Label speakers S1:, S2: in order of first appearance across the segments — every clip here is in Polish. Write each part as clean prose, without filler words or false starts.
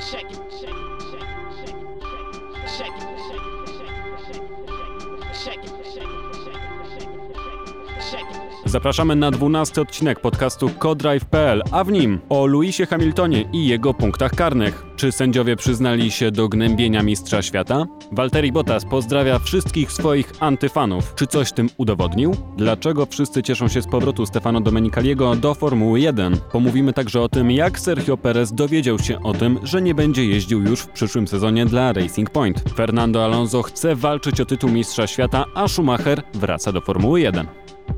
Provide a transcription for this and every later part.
S1: Zapraszamy na 12 odcinek podcastu CoDrive.pl, a w nim o Lewisie Hamiltonie i jego punktach karnych. Czy sędziowie przyznali się do gnębienia mistrza świata? Valtteri Bottas pozdrawia wszystkich swoich antyfanów. Czy coś tym udowodnił? Dlaczego wszyscy cieszą się z powrotu Stefano Domenicaliego do Formuły 1? Pomówimy także o tym, jak Sergio Perez dowiedział się o tym, że nie będzie jeździł już w przyszłym sezonie dla Racing Point. Fernando Alonso chce walczyć o tytuł mistrza świata, a Schumacher wraca do Formuły 1.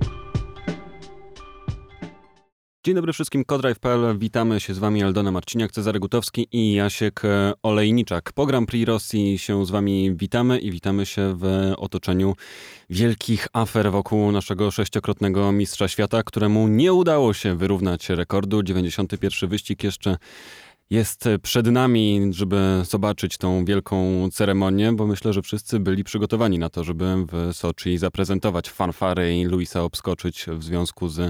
S1: Dzień dobry wszystkim, CoDrive.pl. Witamy się z wami Aldona Marciniak, Cezary Gutowski i Jasiek Olejniczak. Po Grand Prix Rosji się z wami witamy i witamy się w otoczeniu wielkich afer wokół naszego sześciokrotnego mistrza świata, któremu nie udało się wyrównać rekordu. 91. wyścig jeszcze jest przed nami, żeby zobaczyć tą wielką ceremonię, bo myślę, że wszyscy byli przygotowani na to, żeby w Soczi zaprezentować fanfary i Lewisa obskoczyć w związku z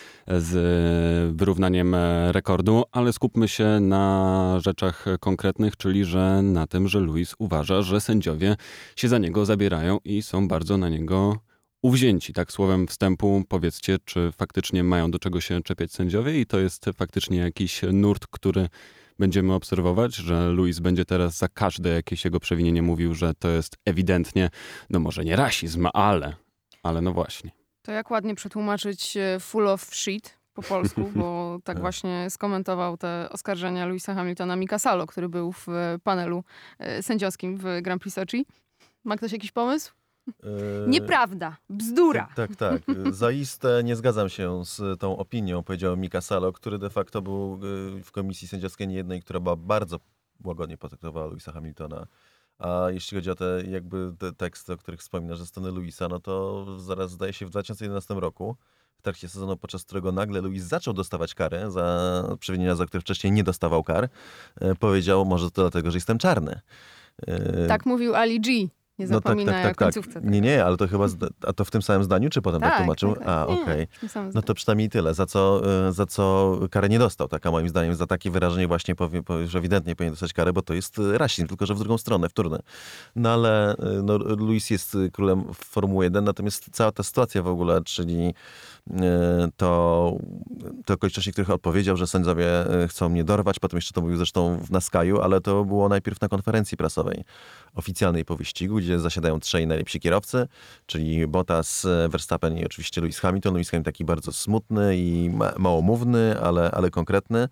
S1: wyrównaniem rekordu, ale skupmy się na rzeczach konkretnych, czyli że na tym, że Lewis uważa, że sędziowie się za niego zabierają i są bardzo na niego uwzięci. Tak słowem wstępu powiedzcie, czy faktycznie mają do czego się czepiać sędziowie i to jest faktycznie jakiś nurt, który będziemy obserwować, że Lewis będzie teraz za każde jakieś jego przewinienie mówił, że to jest ewidentnie, no może nie rasizm, ale no właśnie.
S2: To jak ładnie przetłumaczyć full of shit po polsku, bo tak właśnie skomentował te oskarżenia Lewisa Hamiltona Mika Salo, który był w panelu sędziowskim w Grand Prix Soczi. Ma ktoś jakiś pomysł? Nieprawda, bzdura.
S3: Tak. Zaiste nie zgadzam się z tą opinią, powiedział Mika Salo, który de facto był w komisji sędziowskiej niejednej, która była bardzo łagodnie potraktowała Lewisa Hamiltona. A jeśli chodzi o te teksty, o których wspominasz ze strony Lewisa, no to zaraz zdaje się w 2011 roku, w trakcie sezonu, podczas którego nagle Lewis zaczął dostawać kary za przewinienia, za które wcześniej nie dostawał kar, powiedział, może to dlatego, że jestem czarny.
S2: Tak mówił Ali G. Nie zapominaj o końcówce.
S3: Tak. Nie, ale to chyba, a to w tym samym zdaniu, czy potem tak tłumaczył?
S2: Tak.
S3: Okej. No to przynajmniej tyle. Za co karę nie dostał, tak, a moim zdaniem za takie wyrażenie właśnie że ewidentnie powinien dostać karę, bo to jest rasizm, tylko że w drugą stronę, wtórny. No ale Lewis jest królem Formuły 1, natomiast cała ta sytuacja w ogóle, czyli to okoliczności, których odpowiedział, że sędziowie chcą mnie dorwać, potem jeszcze to mówił zresztą na Sky'u, ale to było najpierw na konferencji prasowej oficjalnej po wyścigu, gdzie zasiadają trzej najlepsi kierowcy, czyli Bottas, Verstappen i oczywiście Lewis Hamilton. Lewis Hamilton taki bardzo smutny i małomówny, ale konkretny.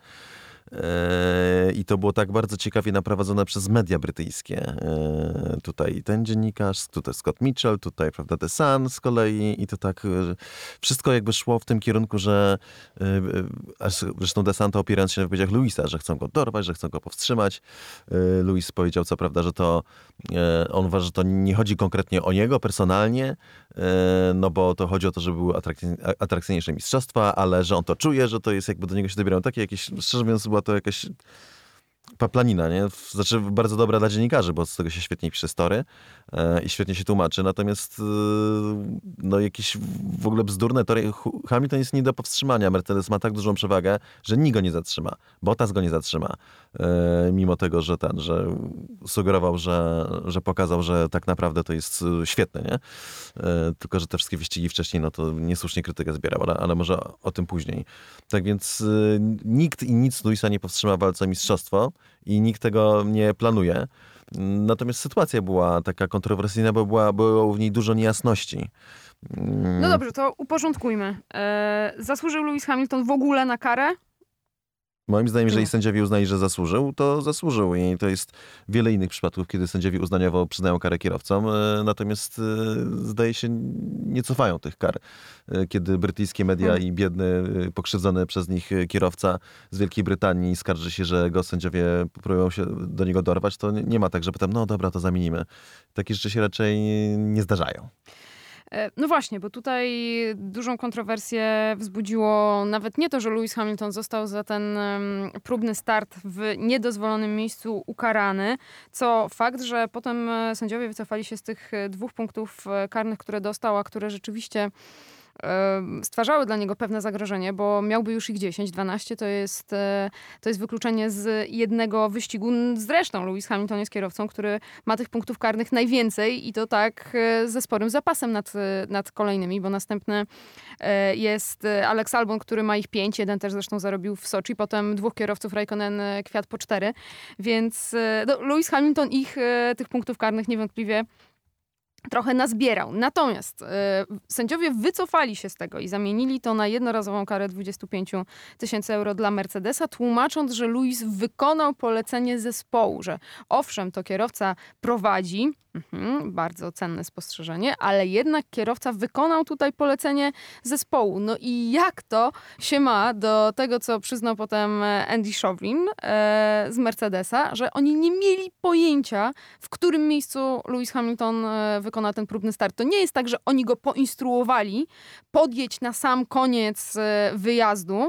S3: I to było tak bardzo ciekawie naprowadzone przez media brytyjskie. Tutaj ten dziennikarz, tutaj Scott Mitchell, tutaj, prawda, The Sun z kolei i to tak wszystko jakby szło w tym kierunku, że zresztą The Sun to opierając się na wypowiedziach Lewisa, że chcą go dorwać, że chcą go powstrzymać. Lewis powiedział co prawda, że to on uważa, że to nie chodzi konkretnie o niego personalnie, no bo to chodzi o to, żeby były atrakcyjniejsze mistrzostwa, ale że on to czuje, że to jest jakby do niego się dobierają takie jakieś, szczerze mówiąc, była to jakaś paplanina, nie? Znaczy bardzo dobra dla dziennikarzy, bo z tego się świetnie pisze story i świetnie się tłumaczy, natomiast no jakieś w ogóle bzdurne tory. Hamilton jest nie do powstrzymania. Mercedes ma tak dużą przewagę, że nikt go nie zatrzyma. Bottas go nie zatrzyma. Mimo tego, że sugerował, że pokazał, że tak naprawdę to jest świetne, nie? Tylko, że te wszystkie wyścigi wcześniej, no to niesłusznie krytykę zbierał, ale może o tym później. Tak więc nikt i nic Lewisa nie powstrzyma w walce o mistrzostwo i nikt tego nie planuje. Natomiast sytuacja była taka kontrowersyjna, bo było w niej dużo niejasności.
S2: No dobrze, to uporządkujmy. Zasłużył Lewis Hamilton w ogóle na karę?
S3: Moim zdaniem, jeżeli sędziowie uznali, że zasłużył, to zasłużył. I to jest wiele innych przypadków, kiedy sędziowie uznaniowo przyznają karę kierowcom, natomiast zdaje się nie cofają tych kar. Kiedy brytyjskie media i biedny, pokrzywdzony przez nich kierowca z Wielkiej Brytanii skarży się, że go sędziowie próbują się do niego dorwać, to nie ma tak, że potem, no dobra, to zamienimy. Takie rzeczy się raczej nie zdarzają.
S2: No właśnie, bo tutaj dużą kontrowersję wzbudziło nawet nie to, że Lewis Hamilton został za ten próbny start w niedozwolonym miejscu ukarany, co fakt, że potem sędziowie wycofali się z tych 2 punktów karnych, które dostał, a które rzeczywiście stwarzały dla niego pewne zagrożenie, bo miałby już ich 10, 12 to jest wykluczenie z jednego wyścigu. Zresztą Lewis Hamilton jest kierowcą, który ma tych punktów karnych najwięcej i to tak ze sporym zapasem nad kolejnymi, bo następny jest Alex Albon, który ma ich 5, jeden też zresztą zarobił w Soczi, potem 2 kierowców Raikkonen, Kwiat po 4, więc Lewis Hamilton tych punktów karnych niewątpliwie trochę nazbierał. Natomiast sędziowie wycofali się z tego i zamienili to na jednorazową karę 25 000 euro dla Mercedesa, tłumacząc, że Lewis wykonał polecenie zespołu, że owszem, to kierowca prowadzi, bardzo cenne spostrzeżenie, ale jednak kierowca wykonał tutaj polecenie zespołu. No i jak to się ma do tego, co przyznał potem Andy Shovlin z Mercedesa, że oni nie mieli pojęcia, w którym miejscu Lewis Hamilton wykona ten próbny start. To nie jest tak, że oni go poinstruowali podjedź na sam koniec wyjazdu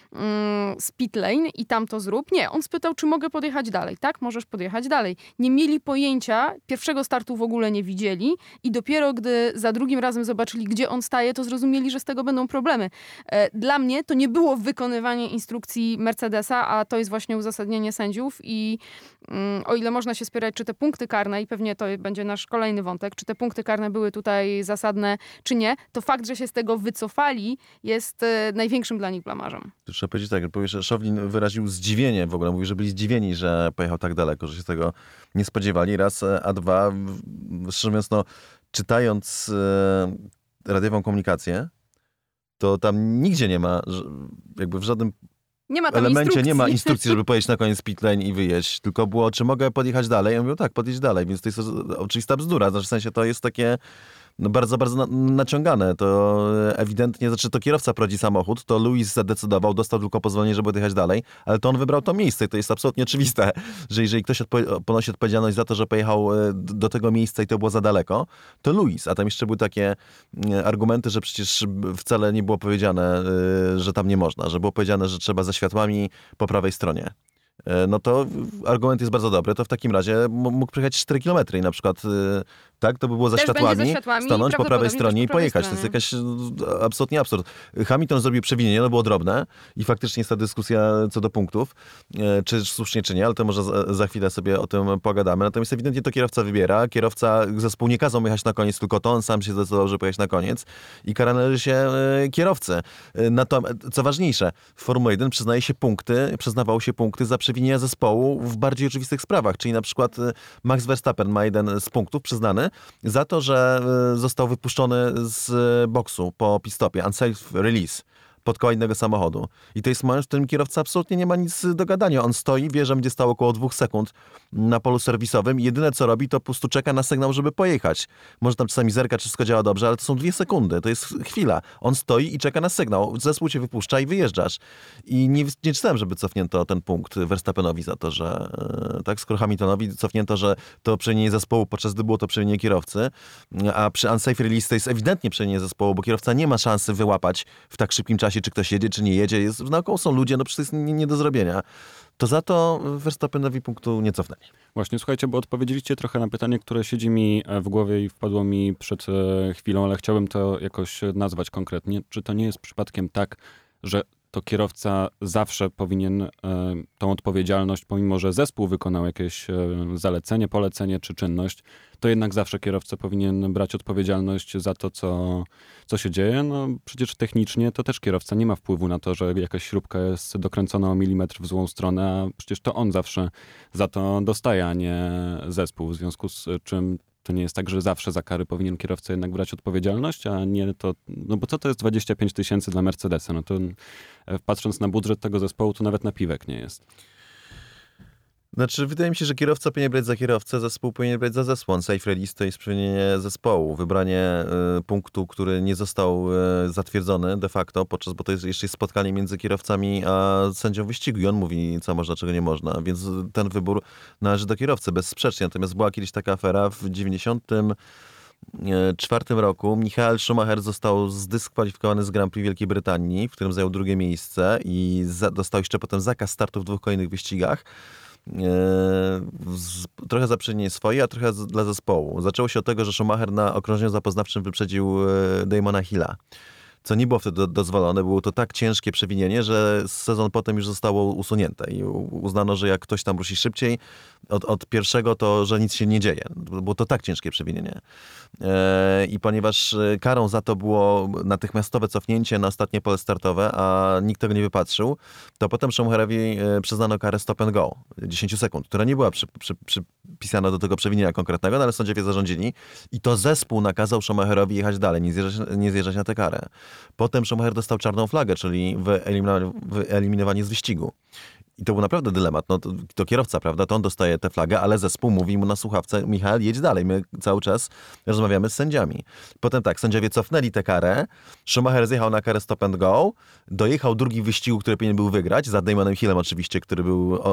S2: z pit lane i tam to zrób. Nie, on spytał, czy mogę podjechać dalej. Tak, możesz podjechać dalej. Nie mieli pojęcia, pierwszego startu w ogóle nie widzieli i dopiero gdy za drugim razem zobaczyli, gdzie on staje, to zrozumieli, że z tego będą problemy. Dla mnie to nie było wykonywanie instrukcji Mercedesa, a to jest właśnie uzasadnienie sędziów i o ile można się spierać, czy te punkty karne, i pewnie to będzie nasz kolejny wątek, czy te punkty karne były tutaj zasadne, czy nie, to fakt, że się z tego wycofali, jest największym dla nich blamarzem.
S3: Trzeba powiedzieć tak, że Shovlin wyraził zdziwienie w ogóle. Mówi, że byli zdziwieni, że pojechał tak daleko, że się tego nie spodziewali. Raz, a dwa, szczerze mówiąc, czytając radiową komunikację, to tam nigdzie nie ma, jakby w żadnym elemencie nie ma instrukcji, żeby pojeść na koniec pit lane i wyjeść. Tylko było, czy mogę podjechać dalej? Ja mówię, tak, podjedź dalej. Więc to jest oczywista bzdura. Znaczy, w sensie to jest takie bardzo, bardzo naciągane. To ewidentnie, to kierowca prowadzi samochód, to Lewis zadecydował, dostał tylko pozwolenie, żeby odjechać dalej, ale to on wybrał to miejsce. To jest absolutnie oczywiste, że jeżeli ktoś ponosi odpowiedzialność za to, że pojechał do tego miejsca i to było za daleko, to Lewis. A tam jeszcze były takie argumenty, że przecież wcale nie było powiedziane, że tam nie można, że było powiedziane, że trzeba ze światłami po prawej stronie. No to argument jest bardzo dobry, to w takim razie mógł przejechać 4 km i na przykład tak, to by było za światłami, stanąć po prawej stronie i pojechać. To jest jakaś absolutnie absurd. Hamilton zrobił przewinienie, było drobne i faktycznie jest ta dyskusja co do punktów, czy słusznie, czy nie, ale to może za chwilę sobie o tym pogadamy. Natomiast ewidentnie to kierowca wybiera. Kierowca, zespół nie kazał jechać na koniec, tylko to on sam się zdecydował, że pojechać na koniec i kara należy się kierowcy. Co ważniejsze, w Formule 1 przyznawało się punkty za przewinienia zespołu w bardziej oczywistych sprawach, czyli na przykład Max Verstappen ma jeden z punktów przyznany za to, że został wypuszczony z boksu po pit-stopie, unsafe release, pod koła innego samochodu. I to jest moment, w którym kierowca absolutnie nie ma nic do gadania. On stoi, wie, że będzie stał około 2 sekund na polu serwisowym i jedyne co robi, to po prostu czeka na sygnał, żeby pojechać. Może tam czasami zerka, czy wszystko działa dobrze, ale to są 2 sekundy, to jest chwila. On stoi i czeka na sygnał. Zespół cię wypuszcza i wyjeżdżasz. I nie czytałem, żeby cofnięto ten punkt Verstappenowi za to, że tak, skoro Hamiltonowi cofnięto, że to przewinienie zespołu, podczas gdy było to przewinienie kierowcy, a przy unsafe release to jest ewidentnie przewinienie zespołu, bo kierowca nie ma szansy wyłapać w tak szybkim czasie, czy ktoś jedzie, czy nie jedzie. Naokoło są ludzie, przecież to jest nie do zrobienia. To za to Verstappenowi punktu nie cofnęli.
S1: Właśnie, słuchajcie, bo odpowiedzieliście trochę na pytanie, które siedzi mi w głowie i wpadło mi przed chwilą, ale chciałbym to jakoś nazwać konkretnie. Czy to nie jest przypadkiem tak, że to kierowca zawsze powinien tą odpowiedzialność, pomimo że zespół wykonał jakieś zalecenie, polecenie czy czynność, to jednak zawsze kierowca powinien brać odpowiedzialność za to, co się dzieje. No przecież technicznie to też kierowca nie ma wpływu na to, że jakaś śrubka jest dokręcona o milimetr w złą stronę, a przecież to on zawsze za to dostaje, a nie zespół, w związku z czym to nie jest tak, że zawsze za kary powinien kierowca jednak brać odpowiedzialność, a nie to, no bo co to jest 25 000 dla Mercedesa? No to patrząc na budżet tego zespołu, to nawet napiwek nie jest.
S3: Znaczy, wydaje mi się, że kierowca powinien brać za kierowcę, zespół powinien brać za zespół. Safe release to jest przewinienie zespołu. Wybranie punktu, który nie został zatwierdzony de facto, bo to jest jeszcze spotkanie między kierowcami a sędzią wyścigu i on mówi, co można, czego nie można. Więc ten wybór należy do kierowcy, bezsprzecznie. Natomiast była kiedyś taka afera w 1994 roku. Michael Schumacher został zdyskwalifikowany z Grand Prix Wielkiej Brytanii, w którym zajął 2. miejsce i dostał jeszcze potem zakaz startu w 2 kolejnych wyścigach. Trochę za przyczynienie swoje, a trochę dla zespołu. Zaczęło się od tego, że Schumacher na okrążeniu zapoznawczym wyprzedził Damona Hilla. co nie było wtedy dozwolone. Było to tak ciężkie przewinienie, że sezon potem już zostało usunięte i uznano, że jak ktoś tam rusi szybciej od pierwszego, to że nic się nie dzieje. Było to tak ciężkie przewinienie. I ponieważ karą za to było natychmiastowe cofnięcie na ostatnie pole startowe, a nikt tego nie wypatrzył, to potem Schumacherowi przyznano karę stop and go 10 sekund, która nie była przypisana do tego przewinienia konkretnego, no ale sędziowie zarządzili i to zespół nakazał Schumacherowi jechać dalej, nie zjeżdżać na tę karę. Potem Schumacher dostał czarną flagę, czyli wyeliminowanie z wyścigu. I to był naprawdę dylemat. No, to kierowca, prawda, to on dostaje tę flagę, ale zespół mówi mu na słuchawce: Michał, jedź dalej, my cały czas rozmawiamy z sędziami. Potem tak, sędziowie cofnęli tę karę, Schumacher zjechał na karę stop and go, dojechał drugi wyścigu, który powinien był wygrać, za Damonem Hillem oczywiście, który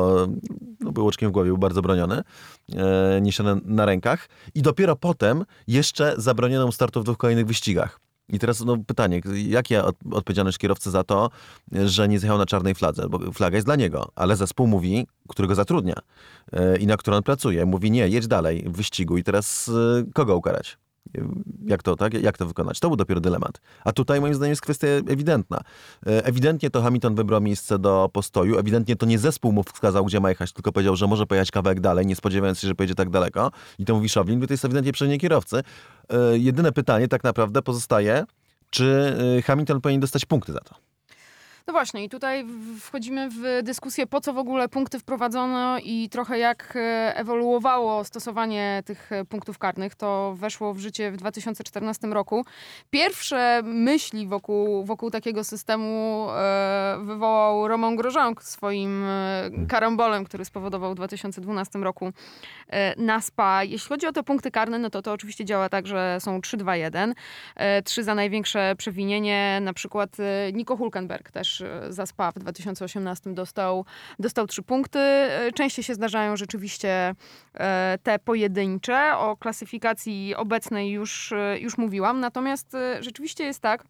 S3: był oczkiem w głowie, był bardzo broniony, niesiony na rękach i dopiero potem jeszcze zabroniono mu startu w 2 kolejnych wyścigach. I teraz pytanie, jaka odpowiedzialność kierowcy za to, że nie zjechał na czarnej fladze? Bo flaga jest dla niego, ale zespół mówi, który go zatrudnia i na który on pracuje, mówi: nie, jedź dalej w wyścigu i teraz kogo ukarać? Jak to, tak? Jak to wykonać? To był dopiero dylemat. A tutaj moim zdaniem jest kwestia ewidentna. Ewidentnie to Hamilton wybrał miejsce do postoju, ewidentnie to nie zespół mu wskazał, gdzie ma jechać, tylko powiedział, że może pojechać kawałek dalej, nie spodziewając się, że pojedzie tak daleko. I to mówi Chauvelin, bo to jest ewidentnie przewinienie kierowcy. Jedyne pytanie tak naprawdę pozostaje, czy Hamilton powinien dostać punkty za to.
S2: No właśnie i tutaj wchodzimy w dyskusję, po co w ogóle punkty wprowadzono i trochę jak ewoluowało stosowanie tych punktów karnych. To weszło w życie w 2014 roku. Pierwsze myśli wokół takiego systemu wywołał Romain Grosjean swoim karambolem, który spowodował w 2012 roku na Spa. Jeśli chodzi o te punkty karne, no to oczywiście działa tak, że są 3-2-1. 3 za największe przewinienie. Na przykład Nico Hülkenberg też za Spa w 2018 dostał 3 punkty. Częściej się zdarzają rzeczywiście te pojedyncze. O klasyfikacji obecnej już mówiłam. Natomiast rzeczywiście jest tak,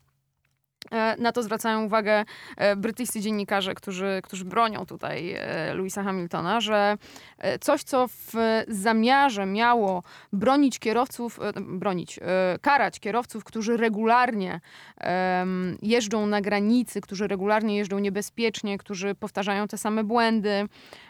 S2: na to zwracają uwagę brytyjscy dziennikarze, którzy bronią tutaj Lewisa Hamiltona, że coś, co w zamiarze miało karać kierowców, którzy regularnie jeżdżą na granicy, którzy regularnie jeżdżą niebezpiecznie, którzy powtarzają te same błędy,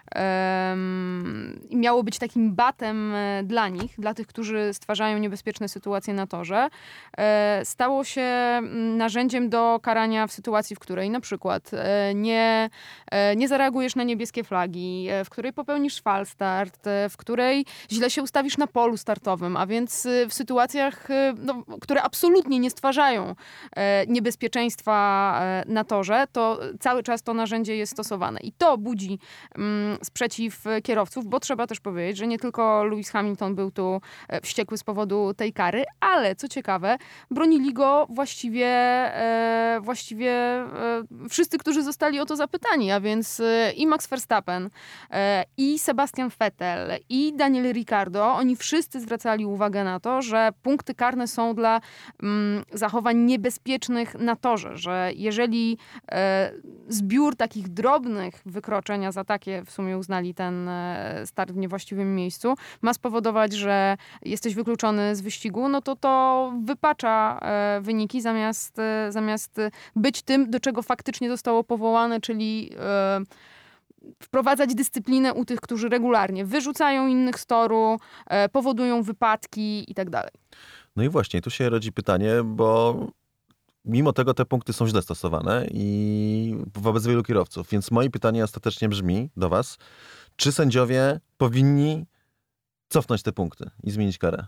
S2: i miało być takim batem dla nich, dla tych, którzy stwarzają niebezpieczne sytuacje na torze, stało się narzędziem do karania w sytuacji, w której na przykład nie zareagujesz na niebieskie flagi, w której popełnisz false start, w której źle się ustawisz na polu startowym, a więc w sytuacjach, które absolutnie nie stwarzają niebezpieczeństwa na torze, to cały czas to narzędzie jest stosowane. I to budzi sprzeciw kierowców, bo trzeba też powiedzieć, że nie tylko Lewis Hamilton był tu wściekły z powodu tej kary, ale co ciekawe, bronili go właściwie wszyscy, którzy zostali o to zapytani, a więc i Max Verstappen, i Sebastian Vettel, i Daniel Ricciardo, oni wszyscy zwracali uwagę na to, że punkty karne są dla zachowań niebezpiecznych na torze, że jeżeli zbiór takich drobnych wykroczeń, a za takie w sumie uznali ten start w niewłaściwym miejscu, ma spowodować, że jesteś wykluczony z wyścigu, no to wypacza wyniki zamiast być tym, do czego faktycznie zostało powołane, czyli wprowadzać dyscyplinę u tych, którzy regularnie wyrzucają innych z toru, powodują wypadki i tak dalej.
S3: No i właśnie, tu się rodzi pytanie, bo mimo tego te punkty są źle stosowane i wobec wielu kierowców. Więc moje pytanie ostatecznie brzmi do was, czy sędziowie powinni cofnąć te punkty i zmienić karę?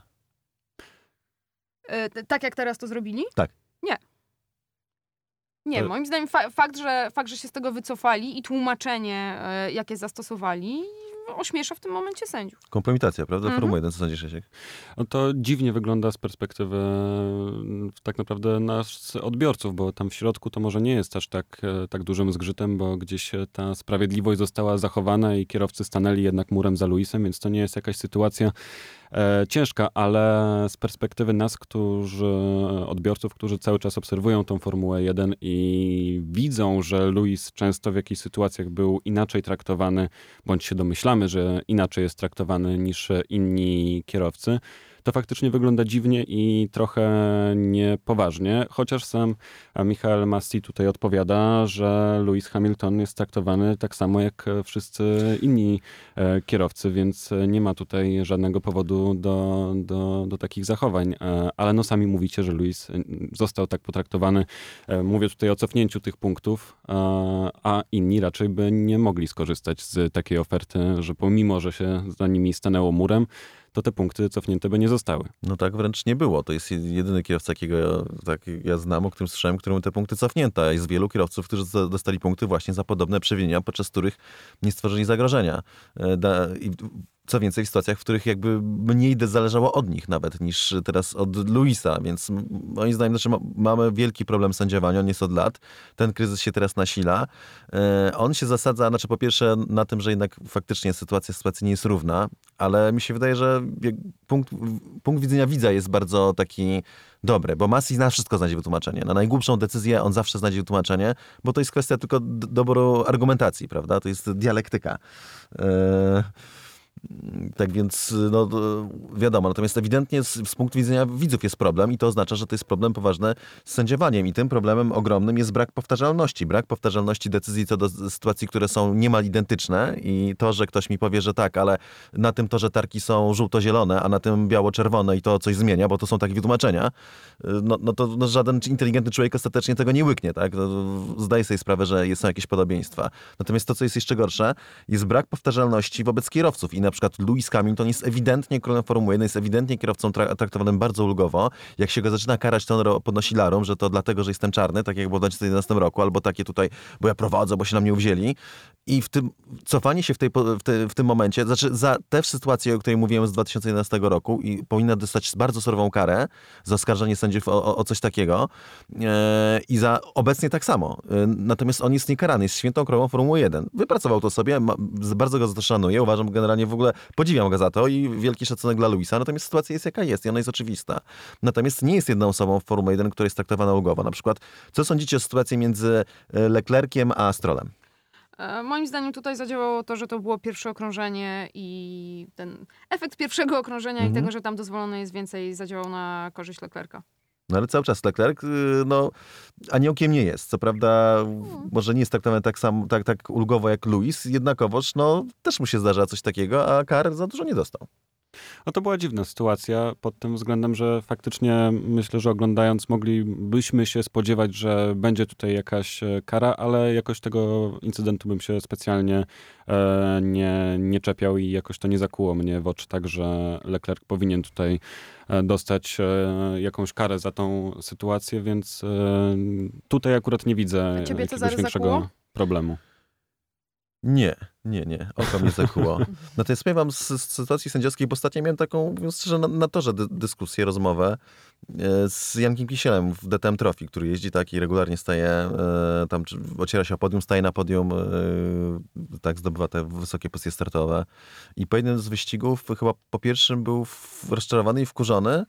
S2: Tak jak teraz to zrobili?
S3: Tak.
S2: Nie, moim zdaniem fakt, że się z tego wycofali i tłumaczenie, jakie zastosowali, ośmiesza w tym momencie sędziów.
S3: Kompromitacja, prawda? Formuła 1, co sądzisz, Jasiek?
S1: No to dziwnie wygląda z perspektywy tak naprawdę nas odbiorców, bo tam w środku to może nie jest aż tak dużym zgrzytem, bo gdzieś ta sprawiedliwość została zachowana i kierowcy stanęli jednak murem za Lewisem, więc to nie jest jakaś sytuacja ciężka, ale z perspektywy nas, odbiorców, którzy cały czas obserwują tą Formułę 1 i widzą, że Lewis często w jakichś sytuacjach był inaczej traktowany, bądź się domyślamy, że inaczej jest traktowany niż inni kierowcy, to faktycznie wygląda dziwnie i trochę niepoważnie, chociaż sam Michael Masi tutaj odpowiada, że Lewis Hamilton jest traktowany tak samo jak wszyscy inni kierowcy, więc nie ma tutaj żadnego powodu do takich zachowań. Ale no sami mówicie, że Lewis został tak potraktowany. Mówię tutaj o cofnięciu tych punktów, a inni raczej by nie mogli skorzystać z takiej oferty, że pomimo, że się za nimi stanęło murem, to te punkty cofnięte by nie zostały.
S3: No tak wręcz nie było. To jest jedyny kierowca, jakiego ja znam, o którym słyszałem, któremu te punkty cofnięto. A jest wielu kierowców, którzy dostali punkty właśnie za podobne przewinienia, podczas których nie stworzyli zagrożenia. Co więcej, w sytuacjach, w których jakby mniej zależało od nich nawet niż teraz od Lewisa, więc moim zdaniem mamy wielki problem sędziowania, on jest od lat. Ten kryzys się teraz nasila. On się zasadza, po pierwsze na tym, że jednak faktycznie sytuacja nie jest równa, ale mi się wydaje, że punkt widzenia widza jest bardzo taki dobry, bo Masi na wszystko znajdzie wytłumaczenie. Na najgłupszą decyzję on zawsze znajdzie wytłumaczenie, bo to jest kwestia tylko doboru argumentacji, prawda? To jest dialektyka. Tak więc, wiadomo, natomiast ewidentnie z punktu widzenia widzów jest problem i to oznacza, że to jest problem poważny z sędziowaniem i tym problemem ogromnym jest brak powtarzalności. Brak powtarzalności decyzji co do sytuacji, które są niemal identyczne i to, że ktoś mi powie, że tak, ale na tym torze tarki są żółto-zielone, a na tym biało-czerwone i to coś zmienia, bo to są takie wytłumaczenia, to żaden inteligentny człowiek ostatecznie tego nie łyknie, tak? Zdaje sobie sprawę, że są jakieś podobieństwa. Natomiast to, co jest jeszcze gorsze, jest brak powtarzalności wobec kierowców i na przykład Lewis Hamilton jest ewidentnie królem Formuły 1, jest ewidentnie kierowcą traktowanym bardzo ulgowo. Jak się go zaczyna karać, to on podnosi larum, że to dlatego, że jestem czarny, tak jak było w 2011 roku, albo takie tutaj, bo ja prowadzę, bo się na mnie uwzięli. I w tym cofanie się w tym momencie, za tę sytuację, o której mówiłem z 2011 roku i powinna dostać bardzo surową karę za oskarżenie sędziów o coś takiego i za obecnie tak samo. Natomiast on jest niekarany, jest świętą królą Formuły 1. Wypracował to sobie, bardzo go za to szanuję, uważam generalnie w ogóle, podziwiam go za to i wielki szacunek dla Lewisa, natomiast sytuacja jest jaka jest i ona jest oczywista. Natomiast nie jest jedną osobą w Formule 1, która jest traktowana ulgowo. Na przykład, co sądzicie o sytuacji między Leclerciem a Strollem?
S2: Moim zdaniem tutaj zadziałało to, że to było pierwsze okrążenie i ten efekt pierwszego okrążenia i tego, że tam dozwolone jest więcej, zadziałał na korzyść Leclerca.
S3: No ale cały czas Leclerc, aniołkiem nie jest. Co prawda, może nie jest traktowany tak ulgowo jak Lewis, jednakowoż, też mu się zdarza coś takiego, a kar za dużo nie dostał.
S1: No to była dziwna sytuacja pod tym względem, że faktycznie myślę, że oglądając moglibyśmy się spodziewać, że będzie tutaj jakaś kara, ale jakoś tego incydentu bym się specjalnie nie czepiał i jakoś to nie zakuło mnie w oczy, tak, że Leclerc powinien tutaj dostać jakąś karę za tą sytuację, więc tutaj akurat nie widzę jakiegoś większego problemu.
S3: Nie. Oko mnie zakuło. Natomiast powiem wam z sytuacji sędziowskiej, bo ostatnio miałem taką, mówiąc szczerze, na torze dyskusję, rozmowę z Jankiem Kisielem w DTM Trophy, który jeździ tak i regularnie staje tam, ociera się o podium, staje na podium, tak zdobywa te wysokie pozycje startowe. I po jednym z wyścigów, chyba po pierwszym był rozczarowany i wkurzony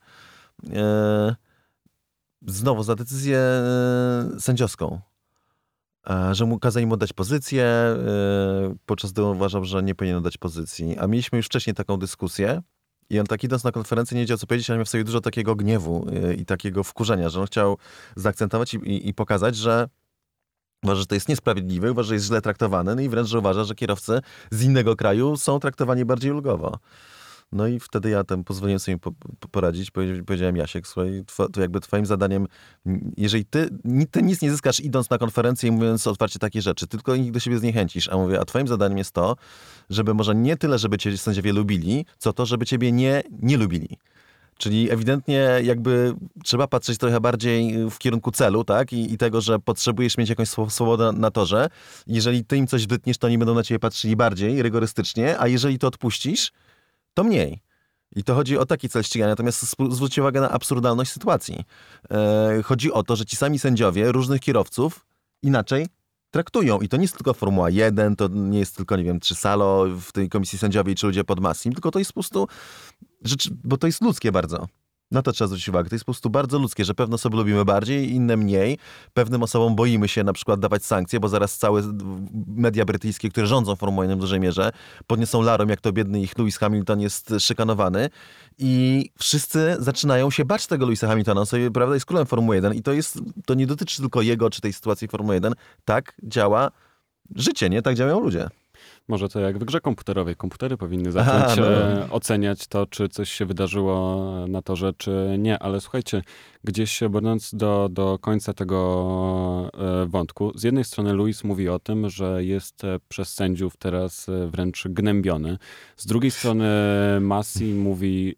S3: znowu za decyzję sędziowską. Że kazali mu dać pozycję, podczas gdy uważał, że nie powinien dać pozycji. A mieliśmy już wcześniej taką dyskusję i on tak idąc na konferencję nie wiedział co powiedzieć, ale miał w sobie dużo takiego gniewu i takiego wkurzenia, że on chciał zaakcentować i pokazać, że uważa, że to jest niesprawiedliwe, uważa, że jest źle traktowany, no i wręcz, że uważa, że kierowcy z innego kraju są traktowani bardziej ulgowo. No i wtedy ja pozwoliłem sobie poradzić. Powiedziałem, Jasiek, słuchaj, to jakby twoim zadaniem, jeżeli ty nic nie zyskasz idąc na konferencję i mówiąc otwarcie takie rzeczy, tylko ich do siebie zniechęcisz. A mówię, a twoim zadaniem jest to, żeby może nie tyle, żeby cię sędziowie lubili, co to, żeby ciebie nie lubili. Czyli ewidentnie jakby trzeba patrzeć trochę bardziej w kierunku celu, tak? I tego, że potrzebujesz mieć jakąś swobodę na torze. Jeżeli ty im coś wytniesz, to oni będą na ciebie patrzyli bardziej rygorystycznie, a jeżeli to odpuścisz, to mniej. I to chodzi o taki cel ścigania. Natomiast zwróćcie uwagę na absurdalność sytuacji. Chodzi o to, że ci sami sędziowie różnych kierowców inaczej traktują. I to nie jest tylko Formuła 1, to nie jest tylko, nie wiem, czy Salo w tej komisji sędziowej, czy ludzie pod Massim, tylko to jest po prostu rzecz, bo to jest ludzkie bardzo. Na to trzeba zwrócić uwagę. To jest po prostu bardzo ludzkie, że pewne osoby lubimy bardziej, inne mniej. Pewnym osobom boimy się na przykład dawać sankcje, bo zaraz całe media brytyjskie, które rządzą Formułą 1 w dużej mierze, podniosą larum, jak to biedny ich Lewis Hamilton jest szykanowany. I wszyscy zaczynają się bać tego Lewisa Hamiltona. On sobie, prawda, jest królem Formuły 1 i to nie dotyczy tylko jego czy tej sytuacji Formuły 1. Tak działa życie, nie? Tak działają ludzie.
S1: Może to jak w grze komputerowej. Komputery powinny zacząć oceniać to, czy coś się wydarzyło na torze, czy nie. Ale słuchajcie, gdzieś brnąc do końca tego wątku, z jednej strony Lewis mówi o tym, że jest przez sędziów teraz wręcz gnębiony. Z drugiej strony Masi mówi,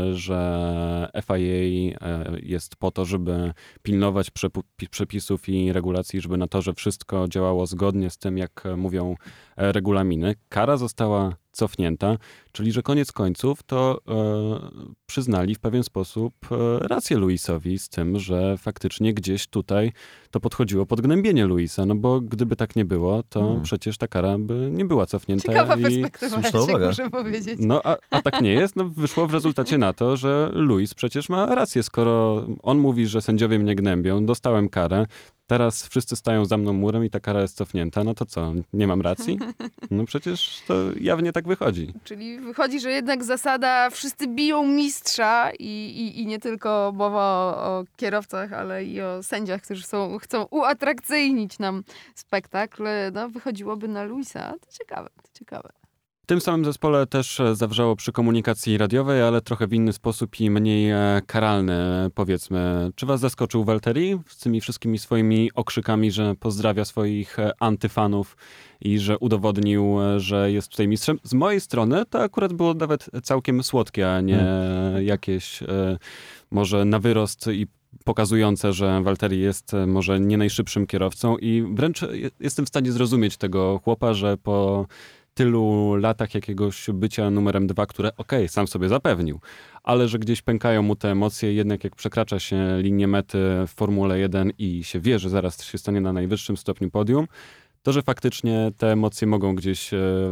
S1: że FIA jest po to, żeby pilnować przepisów i regulacji, żeby na torze wszystko działało zgodnie z tym, jak mówią regulaminy. Kara została cofnięta, czyli że koniec końców to przyznali w pewien sposób rację Lewisowi z tym, że faktycznie gdzieś tutaj to podchodziło pod gnębienie Lewisa, no bo gdyby tak nie było, to przecież ta kara by nie była cofnięta.
S2: Ciekawa perspektywa, muszę powiedzieć.
S1: No a tak nie jest, no wyszło w rezultacie na to, że Lewis przecież ma rację, skoro on mówi, że sędziowie mnie gnębią, dostałem karę, teraz wszyscy stają za mną murem i ta kara jest cofnięta, no to co, nie mam racji? No przecież to jawnie tak wychodzi.
S2: Czyli wychodzi, że jednak zasada wszyscy biją mistrza i nie tylko mowa o kierowcach, ale i o sędziach, którzy chcą uatrakcyjnić nam spektakl. No, wychodziłoby na Lewisa. To ciekawe.
S1: W tym samym zespole też zawrzało przy komunikacji radiowej, ale trochę w inny sposób i mniej karalny, powiedzmy. Czy was zaskoczył Valtteri z tymi wszystkimi swoimi okrzykami, że pozdrawia swoich antyfanów i że udowodnił, że jest tutaj mistrzem? Z mojej strony to akurat było nawet całkiem słodkie, a nie jakieś może na wyrost i pokazujące, że Valtteri jest może nie najszybszym kierowcą i wręcz jestem w stanie zrozumieć tego chłopa, że po tylu latach jakiegoś bycia numerem 2, które sam sobie zapewnił, ale że gdzieś pękają mu te emocje, jednak jak przekracza się linię mety w Formule 1 i się wie, że zaraz się stanie na najwyższym stopniu podium, to, że faktycznie te emocje mogą gdzieś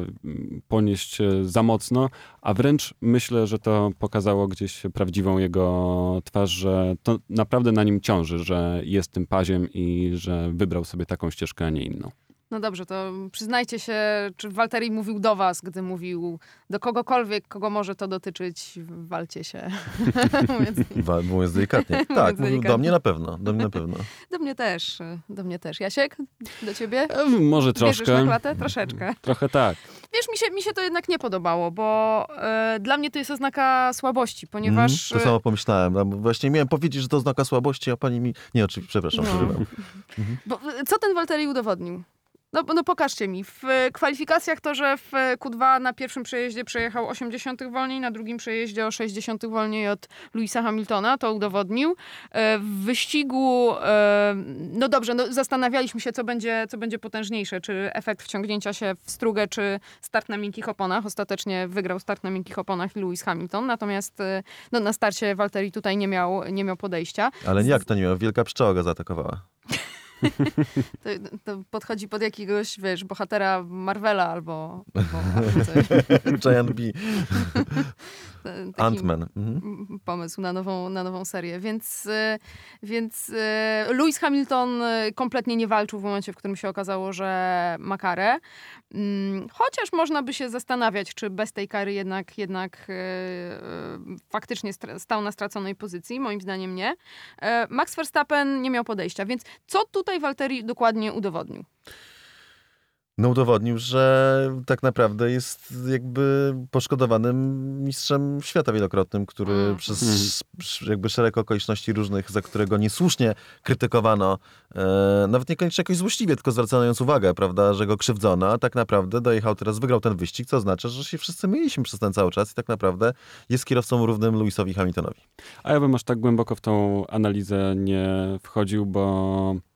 S1: ponieść za mocno, a wręcz myślę, że to pokazało gdzieś prawdziwą jego twarz, że to naprawdę na nim ciąży, że jest tym paziem i że wybrał sobie taką ścieżkę, a nie inną.
S2: No dobrze, to przyznajcie się, czy Valtteri mówił do was, gdy mówił do kogokolwiek, kogo może to dotyczyć, walcie się.
S3: Mówiąc delikatnie. Tak, mówił do mnie na pewno.
S2: Do mnie też. Jasiek, do ciebie?
S1: Może troszkę.
S2: Bierzesz na klatę? Troszeczkę.
S1: Trochę tak.
S2: Wiesz, mi się to jednak nie podobało, bo dla mnie to jest oznaka słabości, ponieważ...
S3: To samo pomyślałem. No, właśnie miałem powiedzieć, że to oznaka słabości, a pani mi... Nie, oczywiście, przepraszam, przerywam.
S2: Bo co ten Valtteri udowodnił? No pokażcie mi. W kwalifikacjach to, że w Q2 na pierwszym przejeździe przejechał 80 wolniej, na drugim przejeździe o 60 wolniej od Lewisa Hamiltona, to udowodnił. W wyścigu, no dobrze, zastanawialiśmy się, co będzie potężniejsze, czy efekt wciągnięcia się w strugę, czy start na miękkich oponach. Ostatecznie wygrał start na miękkich oponach Lewis Hamilton, natomiast na starcie Valtteri tutaj nie miał podejścia.
S3: Ale jak to nie miał? Wielka pszczoła go zaatakowała.
S2: To podchodzi pod jakiegoś, bohatera Marvela albo coś.
S3: Giant B. Ant-Man.
S2: Pomysł na nową serię. Więc Lewis Hamilton kompletnie nie walczył w momencie, w którym się okazało, że ma karę. Chociaż można by się zastanawiać, czy bez tej kary jednak faktycznie stał na straconej pozycji. Moim zdaniem nie. Max Verstappen nie miał podejścia. Więc co tutaj Valtteri dokładnie udowodnił?
S3: No udowodnił, że tak naprawdę jest jakby poszkodowanym mistrzem świata wielokrotnym, który przez jakby szereg okoliczności różnych, za którego niesłusznie krytykowano, nawet niekoniecznie jakoś złośliwie, tylko zwracając uwagę, prawda, że go krzywdzono, a tak naprawdę dojechał teraz, wygrał ten wyścig, co oznacza, że się wszyscy myliliśmy przez ten cały czas i tak naprawdę jest kierowcą równym Lewisowi Hamiltonowi.
S1: A ja bym aż tak głęboko w tą analizę nie wchodził, bo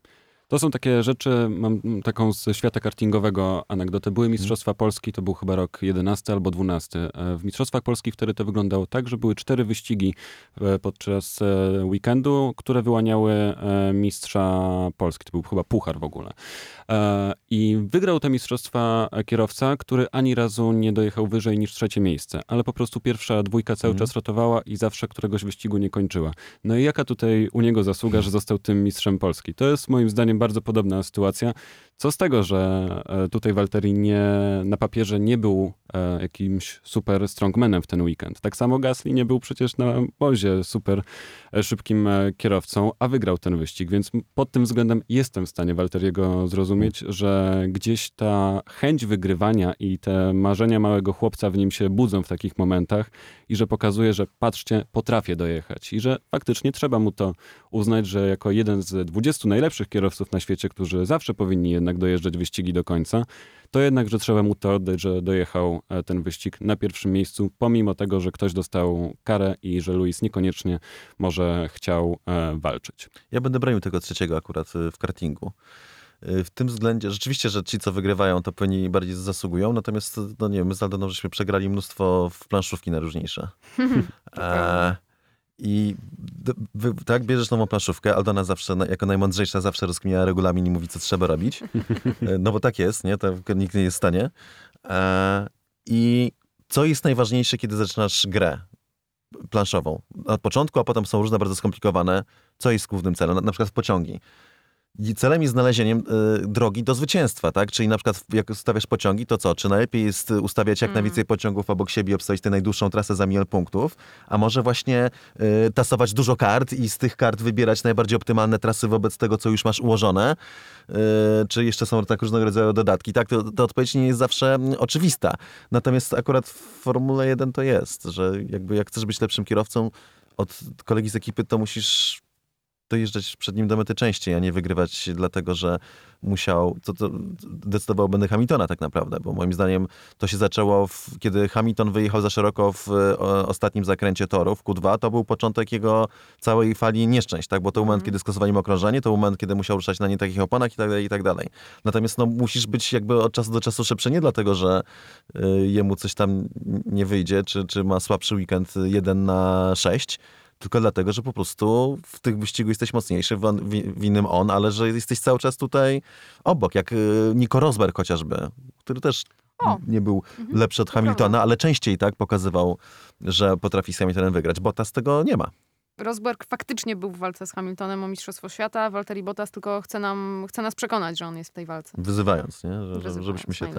S1: To są takie rzeczy, mam taką ze świata kartingowego anegdotę. Były Mistrzostwa Polski, to był chyba rok 11 albo 12. W Mistrzostwach Polski wtedy to wyglądało tak, że były 4 wyścigi podczas weekendu, które wyłaniały mistrza Polski. To był chyba puchar w ogóle. I wygrał te mistrzostwa kierowca, który ani razu nie dojechał wyżej niż 3. miejsce, ale po prostu pierwsza dwójka cały czas rotowała i zawsze któregoś wyścigu nie kończyła. No i jaka tutaj u niego zasługa, że został tym mistrzem Polski? To jest moim zdaniem bardzo podobna sytuacja. Co z tego, że tutaj Valtteri na papierze nie był jakimś super strongmanem w ten weekend. Tak samo Gasly nie był przecież na ozie super szybkim kierowcą, a wygrał ten wyścig, więc pod tym względem jestem w stanie Valtteriego zrozumieć, że gdzieś ta chęć wygrywania i te marzenia małego chłopca w nim się budzą w takich momentach i że pokazuje, że patrzcie, potrafię dojechać i że faktycznie trzeba mu to uznać, że jako jeden z 20 najlepszych kierowców na świecie, którzy zawsze powinni jednak dojeżdżać wyścigi do końca, to jednak, że trzeba mu to oddać, że dojechał ten wyścig na pierwszym miejscu, pomimo tego, że ktoś dostał karę i że Lewis niekoniecznie może chciał walczyć.
S3: Ja będę bronił tego 3. akurat w kartingu. W tym względzie rzeczywiście, że ci, co wygrywają, to pewnie bardziej zasługują, natomiast, no nie wiem, my z Aldoną żeśmy przegrali mnóstwo w planszówki najróżniejsze. I tak, bierzesz nową planszówkę, Aldona zawsze, jako najmądrzejsza, zawsze rozkmina regulamin i mówi, co trzeba robić. No bo tak jest, nie? To nikt nie jest w stanie. I co jest najważniejsze, kiedy zaczynasz grę planszową? Od początku, a potem są różne bardzo skomplikowane. Co jest głównym celem? Na przykład pociągi. I celem jest znalezieniem drogi do zwycięstwa, tak? Czyli na przykład jak ustawiasz pociągi, to co? Czy najlepiej jest ustawiać jak najwięcej pociągów obok siebie i obstawić tę najdłuższą trasę za 1 000 000 punktów? A może właśnie tasować dużo kart i z tych kart wybierać najbardziej optymalne trasy wobec tego, co już masz ułożone? Czy jeszcze są tak różnego rodzaju dodatki? Tak, to odpowiedź nie jest zawsze oczywista. Natomiast akurat w Formule 1 to jest, że jakby jak chcesz być lepszym kierowcą od kolegi z ekipy, to musisz dojeżdżać przed nim do mety częściej, a nie wygrywać dlatego, że musiał, to decydował będę Hamiltona tak naprawdę, bo moim zdaniem to się zaczęło, kiedy Hamilton wyjechał za szeroko w ostatnim zakręcie toru, w Q2, to był początek jego całej fali nieszczęść, tak? Bo to moment, kiedy skasowali mu okrążenie, to moment, kiedy musiał ruszać na nie takich oponach i tak dalej. Natomiast no, musisz być jakby od czasu do czasu szybszy, nie dlatego, że jemu coś tam nie wyjdzie, czy ma słabszy weekend 1/6, tylko dlatego, że po prostu w tych wyścigu jesteś mocniejszy, w innym on, ale że jesteś cały czas tutaj obok, jak Nico Rosberg chociażby, który też nie był lepszy od Hamiltona, ale częściej tak pokazywał, że potrafi z Hamiltonem wygrać. Bottas tego nie ma.
S2: Rosberg faktycznie był w walce z Hamiltonem o Mistrzostwo Świata, Valtteri Bottas tylko chce nas przekonać, że on jest w tej walce.
S3: Wyzywając, nie? Żebyśmy się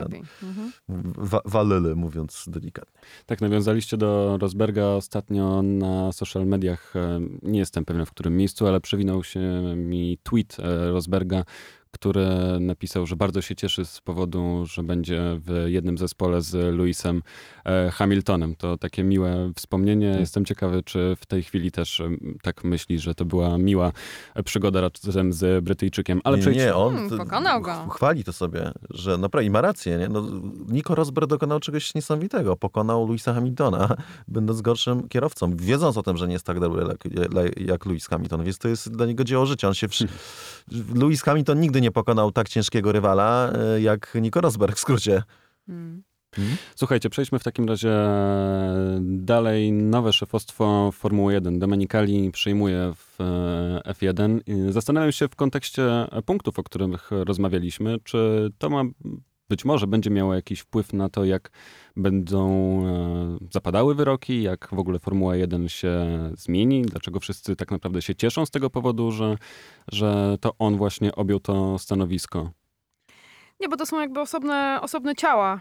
S3: walili, mówiąc delikatnie.
S1: Tak, nawiązaliście do Rosberga ostatnio na social mediach. Nie jestem pewien, w którym miejscu, ale przewinął się mi tweet Rosberga, który napisał, że bardzo się cieszy z powodu, że będzie w jednym zespole z Lewisem Hamiltonem. To takie miłe wspomnienie. Jestem ciekawy, czy w tej chwili też tak myśli, że to była miła przygoda razem z Brytyjczykiem. Ale
S3: nie, on
S2: pokonał go.
S3: Chwali to sobie, że naprawdę i ma rację. Nie? No, Nico Rosberg dokonał czegoś niesamowitego. Pokonał Lewisa Hamiltona, będąc gorszym kierowcą, wiedząc o tym, że nie jest tak dobry jak Lewis Hamilton. Więc to jest dla niego dzieło życia. Lewis Hamilton nigdy nie pokonał tak ciężkiego rywala jak Nico Rosberg w skrócie.
S1: Słuchajcie, przejdźmy w takim razie dalej. Nowe szefostwo Formuły 1. Domenicali przejmuje w F1. Zastanawiam się w kontekście punktów, o których rozmawialiśmy, czy to być może będzie miało jakiś wpływ na to, jak będą zapadały wyroki, jak w ogóle Formuła 1 się zmieni, dlaczego wszyscy tak naprawdę się cieszą z tego powodu, że to on właśnie objął to stanowisko.
S2: Nie, bo to są jakby osobne ciała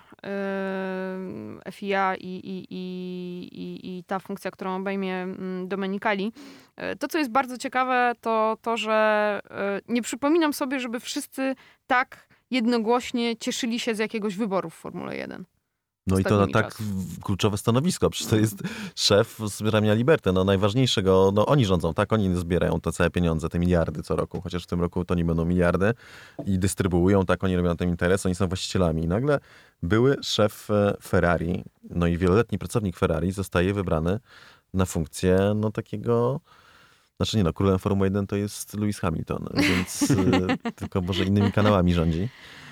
S2: FIA i ta funkcja, którą obejmie Domenicali. To, co jest bardzo ciekawe, to, że nie przypominam sobie, żeby wszyscy tak jednogłośnie cieszyli się z jakiegoś wyboru w Formule 1.
S3: No i to na tak kluczowe stanowisko. Przecież to jest szef z ramienia Liberty, no najważniejszego, no oni rządzą, tak? Oni zbierają te całe pieniądze, te miliardy co roku, chociaż w tym roku to nie będą miliardy i dystrybuują, tak? Oni robią ten interes, oni są właścicielami. I nagle były szef Ferrari, no i wieloletni pracownik Ferrari zostaje wybrany na funkcję, no takiego Znaczy królem Formuły 1 to jest Lewis Hamilton, więc tylko może innymi kanałami rządzi.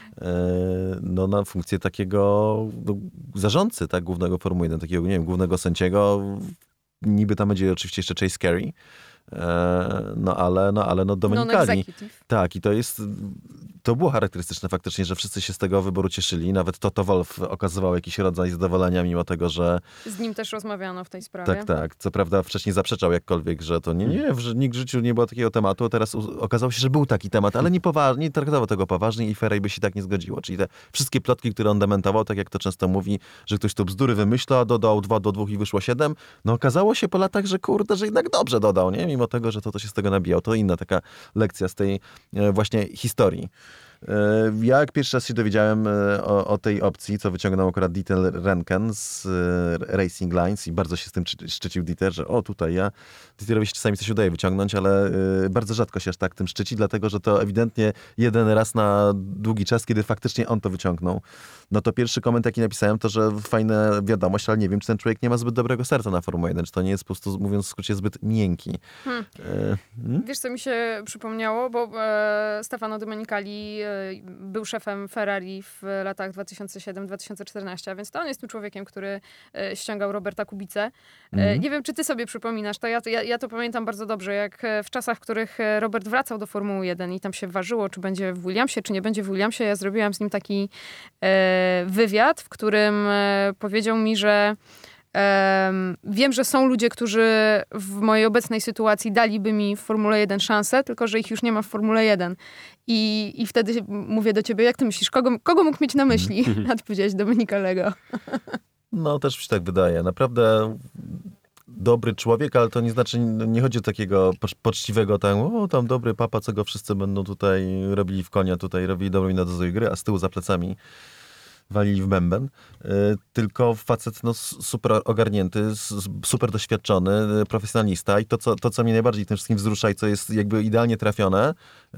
S3: Na funkcję takiego zarządcy, tak, głównego Formuły 1, takiego, nie wiem, głównego sędziego. Niby tam będzie oczywiście jeszcze Chase Carey, ale Domenicali. Tak, i to było charakterystyczne faktycznie, że wszyscy się z tego wyboru cieszyli. Nawet Toto Wolff okazywał jakiś rodzaj zadowolenia, mimo tego, że...
S2: Z nim też rozmawiano w tej sprawie.
S3: Tak. Co prawda wcześniej zaprzeczał jakkolwiek, że to że nikt w życiu nie było takiego tematu. Teraz okazało się, że był taki temat, ale nie traktował tego poważnie i Ferrari by się tak nie zgodziło. Czyli te wszystkie plotki, które on dementował, tak jak to często mówi, że ktoś tu bzdury wymyśla, dodał 2 do 2 i wyszło 7. Okazało się po latach, że że jednak dobrze dodał, nie? Mimo tego, że to się z tego nabijał. To inna taka lekcja z tej właśnie historii. Ja jak pierwszy raz się dowiedziałem o tej opcji, co wyciągnął akurat Dieter Renken z Racing Lines i bardzo się z tym szczycił Dieter, że Dieterowi się czasami coś udaje wyciągnąć, ale bardzo rzadko się aż tak tym szczyci, dlatego że to ewidentnie jeden raz na długi czas, kiedy faktycznie on to wyciągnął. To pierwszy komentarz, jaki napisałem, to że fajna wiadomość, ale nie wiem, czy ten człowiek nie ma zbyt dobrego serca na Formułę 1, czy to nie jest po prostu, mówiąc w skrócie, zbyt miękki.
S2: Wiesz, co mi się przypomniało, bo Stefano Domenicali był szefem Ferrari w latach 2007-2014, a więc to on jest tym człowiekiem, który ściągał Roberta Kubicę. Nie wiem, czy ty sobie przypominasz, to ja to pamiętam bardzo dobrze, jak w czasach, w których Robert wracał do Formuły 1 i tam się ważyło, czy będzie w Williamsie, czy nie będzie w Williamsie, ja zrobiłam z nim taki wywiad, w którym powiedział mi, że wiem, że są ludzie, którzy w mojej obecnej sytuacji daliby mi w Formule 1 szansę, tylko że ich już nie ma w Formule 1. I wtedy mówię do ciebie, jak ty myślisz, kogo mógł mieć na myśli? A ty powiedziałeś Domenicalego.
S3: Też mi się tak wydaje. Naprawdę dobry człowiek, ale to nie znaczy, nie chodzi o takiego poczciwego tam dobry papa, co go wszyscy będą tutaj robili w konia, tutaj robili dobrą minę do gry, a z tyłu za plecami walili w bęben, tylko facet super ogarnięty, super doświadczony, profesjonalista i to, co mnie najbardziej tym wszystkim wzrusza i co jest jakby idealnie trafione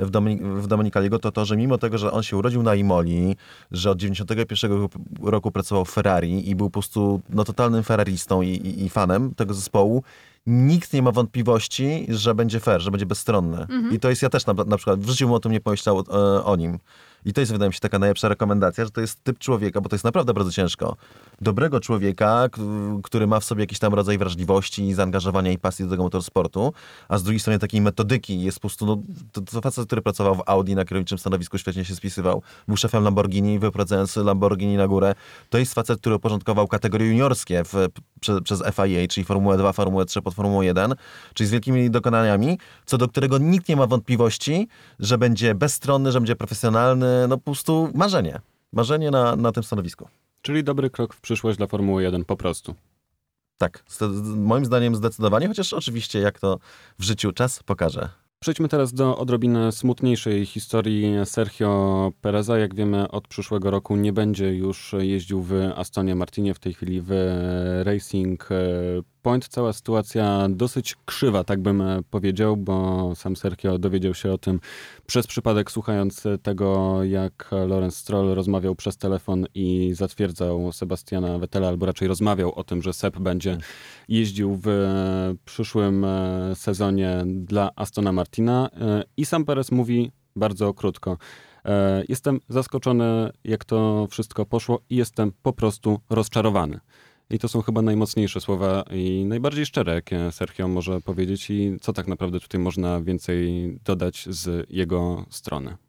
S3: w Domenicaliego, to, że mimo tego, że on się urodził na Imoli, że od 91 roku pracował w Ferrari i był po prostu totalnym ferraristą i fanem tego zespołu, nikt nie ma wątpliwości, że będzie fair, że będzie bezstronny. I to jest, ja też na przykład w życiu bym o tym nie pomyślał o nim. I to jest, wydaje mi się, taka najlepsza rekomendacja, że to jest typ człowieka, bo to jest naprawdę bardzo ciężko. Dobrego człowieka, który ma w sobie jakiś tam rodzaj wrażliwości, zaangażowania i pasji do tego motorsportu, a z drugiej strony takiej metodyki jest po prostu, to facet, który pracował w Audi na kierowniczym stanowisku, świetnie się spisywał, był szefem Lamborghini, wyprowadzając Lamborghini na górę. To jest facet, który uporządkował kategorie juniorskie przez FIA, czyli Formułę 2, Formułę 3 pod Formułą 1, czyli z wielkimi dokonaniami, co do którego nikt nie ma wątpliwości, że będzie bezstronny, że będzie profesjonalny, po prostu marzenie. Marzenie na tym stanowisku.
S1: Czyli dobry krok w przyszłość dla Formuły 1 po prostu.
S3: Tak, moim zdaniem zdecydowanie, chociaż oczywiście jak to w życiu czas pokaże.
S1: Przejdźmy teraz do odrobinę smutniejszej historii Sergio Pereza. Jak wiemy, od przyszłego roku nie będzie już jeździł w Astonie Martinie, w tej chwili w Racing Point. Cała sytuacja dosyć krzywa, tak bym powiedział, bo sam Sergio dowiedział się o tym przez przypadek, słuchając tego, jak Lawrence Stroll rozmawiał przez telefon i zatwierdzał Sebastiana Vettela, albo raczej rozmawiał o tym, że Seb będzie jeździł w przyszłym sezonie dla Astona Martina. I sam Perez mówi bardzo krótko: jestem zaskoczony, jak to wszystko poszło i jestem po prostu rozczarowany. I to są chyba najmocniejsze słowa i najbardziej szczere, jakie Sergio może powiedzieć i co tak naprawdę tutaj można więcej dodać z jego strony.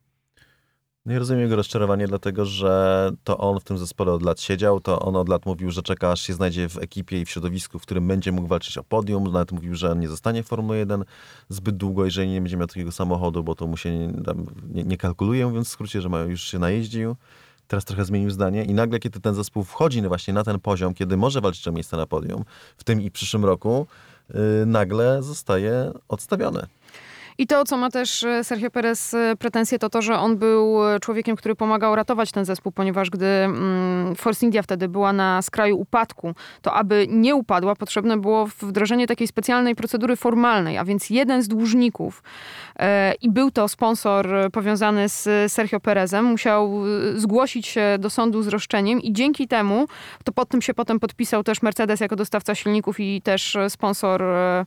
S3: Ja rozumiem jego rozczarowanie, dlatego że to on w tym zespole od lat siedział, to on od lat mówił, że czeka, aż się znajdzie w ekipie i w środowisku, w którym będzie mógł walczyć o podium. Nawet mówił, że nie zostanie w Formule 1 zbyt długo, jeżeli nie będzie miał takiego samochodu, bo to mu się nie kalkuluje, mówiąc w skrócie, że już się najeździł. Teraz trochę zmienił zdanie i nagle, kiedy ten zespół wchodzi właśnie na ten poziom, kiedy może walczyć o miejsce na podium, w tym i przyszłym roku, nagle zostaje odstawiony.
S2: I to, co ma też Sergio Perez pretensje, to to, że on był człowiekiem, który pomagał ratować ten zespół, ponieważ gdy Force India wtedy była na skraju upadku, to aby nie upadła, potrzebne było wdrożenie takiej specjalnej procedury formalnej, a więc jeden z dłużników i był to sponsor powiązany z Sergio Perezem, musiał zgłosić się do sądu z roszczeniem i dzięki temu, to pod tym się potem podpisał też Mercedes jako dostawca silników i też sponsor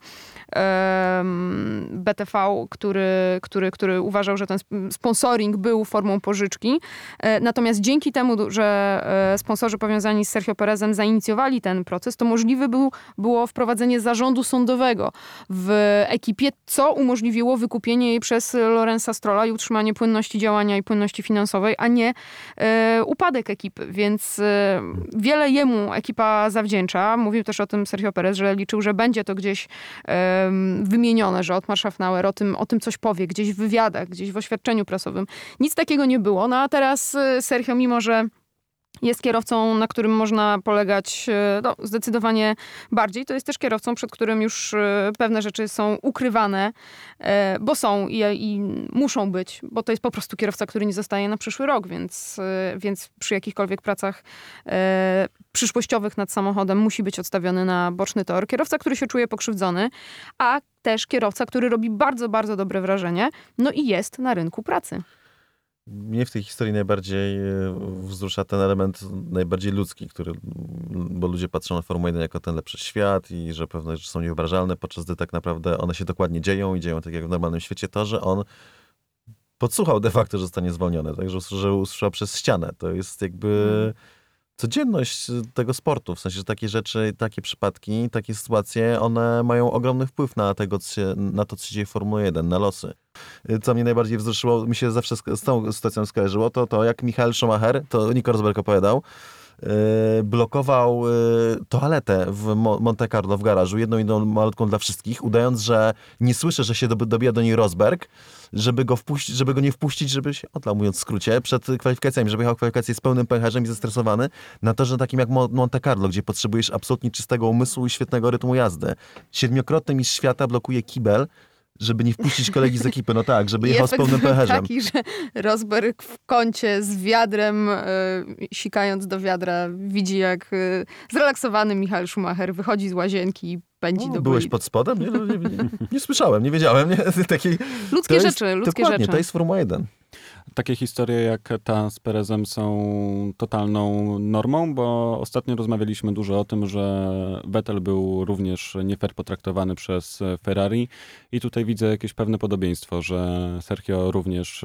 S2: BTV, który uważał, że ten sponsoring był formą pożyczki. Natomiast dzięki temu, że sponsorzy powiązani z Sergio Perezem zainicjowali ten proces, to możliwe było wprowadzenie zarządu sądowego w ekipie, co umożliwiło wykupienie jej przez Lorenza Strolla i utrzymanie płynności działania i płynności finansowej, a nie upadek ekipy. Więc wiele jemu ekipa zawdzięcza. Mówił też o tym Sergio Perez, że liczył, że będzie to gdzieś wymienione, że Otmar Szafnauer o tym coś powie, gdzieś w wywiadach, gdzieś w oświadczeniu prasowym. Nic takiego nie było. No a teraz Sergio, mimo że jest kierowcą, na którym można polegać zdecydowanie bardziej. To jest też kierowcą, przed którym już pewne rzeczy są ukrywane, bo są i muszą być, bo to jest po prostu kierowca, który nie zostaje na przyszły rok, więc przy jakichkolwiek pracach przyszłościowych nad samochodem musi być odstawiony na boczny tor. Kierowca, który się czuje pokrzywdzony, a też kierowca, który robi bardzo, bardzo dobre wrażenie, no i jest na rynku pracy.
S3: Mnie w tej historii najbardziej wzrusza ten element najbardziej ludzki, bo ludzie patrzą na Formułę 1 jako ten lepszy świat i że pewne rzeczy są niewyobrażalne, podczas gdy tak naprawdę one się dokładnie dzieją i dzieją tak jak w normalnym świecie. To, że on podsłuchał de facto, że zostanie zwolniony, także że usłyszał przez ścianę. To jest jakby codzienność tego sportu. W sensie, że takie rzeczy, takie przypadki, takie sytuacje, one mają ogromny wpływ na to, co się dzieje w Formule 1, na losy. Co mnie najbardziej wzruszyło, mi się zawsze z tą sytuacją skojarzyło, to jak Michael Schumacher, to Nico Rosberg opowiadał, blokował toaletę w Monte Carlo w garażu, jedną malutką dla wszystkich, udając, że nie słyszy, że się dobija do niej Rosberg, żeby go nie wpuścić, żeby się odlał, mówiąc w skrócie, przed kwalifikacjami, żeby jechał kwalifikacje z pełnym pęcherzem i zestresowany na torze takim jak Monte Carlo, gdzie potrzebujesz absolutnie czystego umysłu i świetnego rytmu jazdy. 7-krotny mistrz świata blokuje kibel, żeby nie wpuścić kolegi z ekipy, no tak, żeby jechał z pełnym pęcherzem.
S2: Taki, że Rosberg w kącie z wiadrem, sikając do wiadra, widzi jak zrelaksowany Michael Schumacher wychodzi z łazienki i pędzi do
S3: Byłeś pod spodem? Nie słyszałem, nie wiedziałem.
S2: Ludzkie rzeczy.
S3: To jest Formuła 1.
S1: Takie historie jak ta z Perezem są totalną normą, bo ostatnio rozmawialiśmy dużo o tym, że Vettel był również nie fair potraktowany przez Ferrari i tutaj widzę jakieś pewne podobieństwo, że Sergio również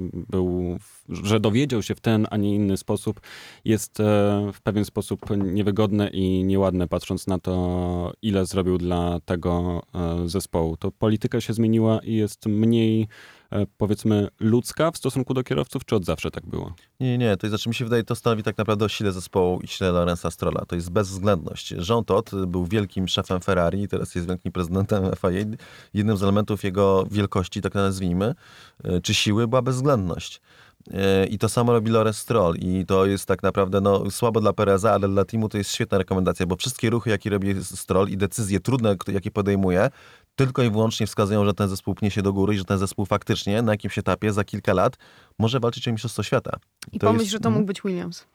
S1: że dowiedział się w ten, a nie inny sposób, jest w pewien sposób niewygodne i nieładne, patrząc na to, ile zrobił dla tego zespołu. To polityka się zmieniła i jest mniej, powiedzmy, ludzka w stosunku do kierowców, czy od zawsze tak było?
S3: Nie. To znaczy mi się wydaje, to stanowi tak naprawdę o sile zespołu i sile Lorenza Strolla. To jest bezwzględność. Jean Todt był wielkim szefem Ferrari i teraz jest wielkim prezydentem FIA. Jednym z elementów jego wielkości, tak nazwijmy, czy siły, była bezwzględność. I to samo robi Lorenz Stroll i to jest tak naprawdę słabo dla Pereza, ale dla teamu to jest świetna rekomendacja, bo wszystkie ruchy, jakie robi Stroll i decyzje trudne, jakie podejmuje, tylko i wyłącznie wskazują, że ten zespół pnie się do góry i że ten zespół faktycznie na jakimś etapie za kilka lat może walczyć o mistrzostwo świata.
S2: I pomyśl, że to mógł być Williams.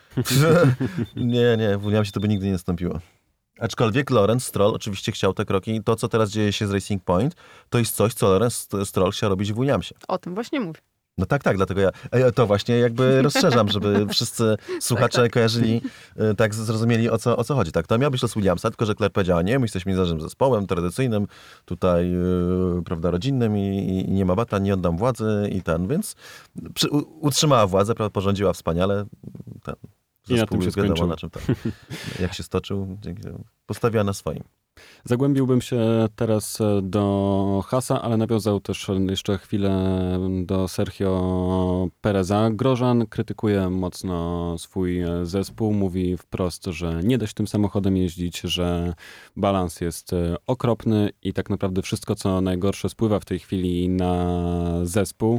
S3: Nie, w Williamsie to by nigdy nie nastąpiło. Aczkolwiek Lorenz Stroll oczywiście chciał te kroki i to, co teraz dzieje się z Racing Point, to jest coś, co Lorenz Stroll chciał robić w Williamsie.
S2: O tym właśnie mówię.
S3: No tak, dlatego ja to właśnie jakby rozszerzam, żeby wszyscy słuchacze kojarzyli, tak zrozumieli o co chodzi. Tak, to miał być los Williamsa, tylko że Claire powiedziała, nie, my jesteśmy niezależnym zespołem tradycyjnym, tutaj, prawda, rodzinnym i nie ma bata, nie oddam władzy więc utrzymała władzę, prawda, porządziła wspaniale.
S1: I na tym się skończył.
S3: Na czym jak się stoczył, postawiła na swoim.
S1: Zagłębiłbym się teraz do Haasa, ale nawiązał też jeszcze chwilę do Sergio Pereza. Grosjean krytykuje mocno swój zespół, mówi wprost, że nie da się tym samochodem jeździć, że balans jest okropny i tak naprawdę wszystko, co najgorsze, spływa w tej chwili na zespół.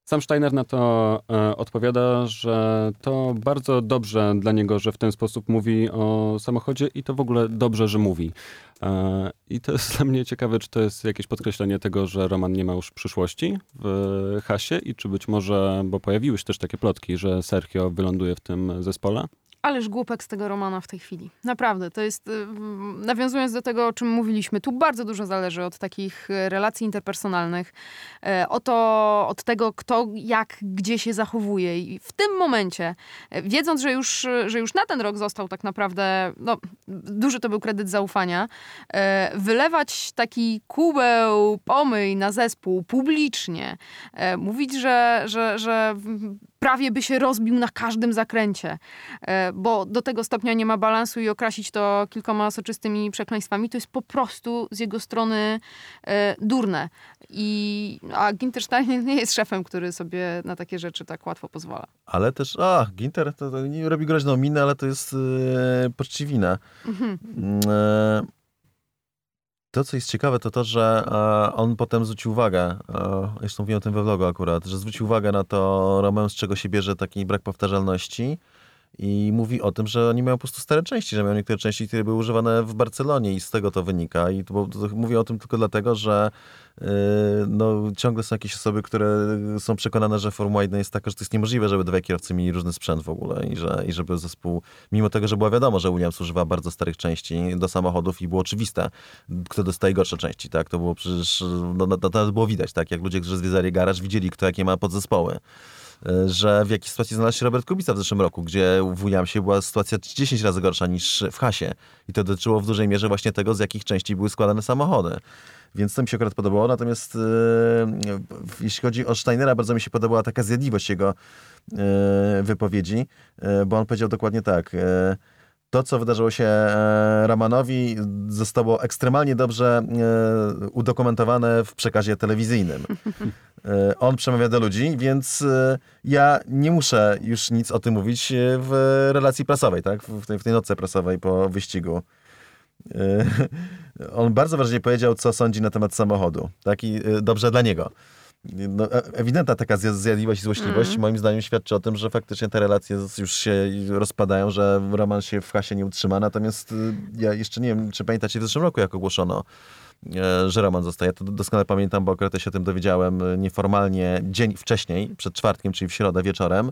S1: Sam Steiner na to odpowiada, że to bardzo dobrze dla niego, że w ten sposób mówi o samochodzie i to w ogóle dobrze, że mówi. I to jest dla mnie ciekawe, czy to jest jakieś podkreślenie tego, że Roman nie ma już przyszłości w Haasie i czy być może, bo pojawiły się też takie plotki, że Sergio wyląduje w tym zespole.
S2: Ależ głupek z tego Romana w tej chwili. Naprawdę, to jest, nawiązując do tego, o czym mówiliśmy, tu bardzo dużo zależy od takich relacji interpersonalnych, od tego, kto jak, gdzie się zachowuje. I w tym momencie, wiedząc, że już na ten rok został tak naprawdę, no, duży to był kredyt zaufania, wylewać taki kubeł pomyj na zespół publicznie, mówić, że prawie by się rozbił na każdym zakręcie, bo do tego stopnia nie ma balansu i okrasić to kilkoma soczystymi przekleństwami, to jest po prostu z jego strony durne. A Günther Steiner nie jest szefem, który sobie na takie rzeczy tak łatwo pozwala.
S3: Ale też, Günther to nie robi groźną minę, ale to jest poczciwina. To, co jest ciekawe, to to, że on potem zwrócił uwagę, zresztą mówiłem o tym we vlogu akurat, że zwrócił uwagę na to, Romeo, z czego się bierze taki brak powtarzalności i mówi o tym, że oni mają po prostu stare części, że mają niektóre części, które były używane w Barcelonie i z tego to wynika. I mówię o tym tylko dlatego, że ciągle są jakieś osoby, które są przekonane, że Formuła 1 jest taka, że to jest niemożliwe, żeby dwaj kierowcy mieli różny sprzęt w ogóle i żeby zespół, mimo tego, że było wiadomo, że Williams używa bardzo starych części do samochodów i było oczywiste, kto dostaje gorsze części, tak? To było przecież, to było widać, tak? Jak ludzie, którzy zwiedzali garaż, widzieli, kto jakie ma podzespoły. Że w jakiej sytuacji znalazł się Robert Kubica w zeszłym roku, gdzie w Williamsie była sytuacja 10 razy gorsza niż w Haasie. I to dotyczyło w dużej mierze właśnie tego, z jakich części były składane samochody. Więc to mi się akurat podobało. Natomiast jeśli chodzi o Steinera, bardzo mi się podobała taka zjadliwość jego wypowiedzi, bo on powiedział dokładnie tak. To, co wydarzyło się Romanowi, zostało ekstremalnie dobrze udokumentowane w przekazie telewizyjnym. On przemawia do ludzi, więc ja nie muszę już nic o tym mówić w relacji prasowej, tak? W tej notce prasowej po wyścigu. On bardzo wyraźnie powiedział, co sądzi na temat samochodu. Tak? I dobrze dla niego. No, ewidentna taka zjadliwość i złośliwość moim zdaniem świadczy o tym, że faktycznie te relacje już się rozpadają, że Roman się w Haasie nie utrzyma. Natomiast ja jeszcze nie wiem, czy pamiętacie w zeszłym roku, jak ogłoszono, że Roman zostaje. To doskonale pamiętam, bo akurat się o tym dowiedziałem nieformalnie dzień wcześniej, przed czwartkiem, czyli w środę wieczorem.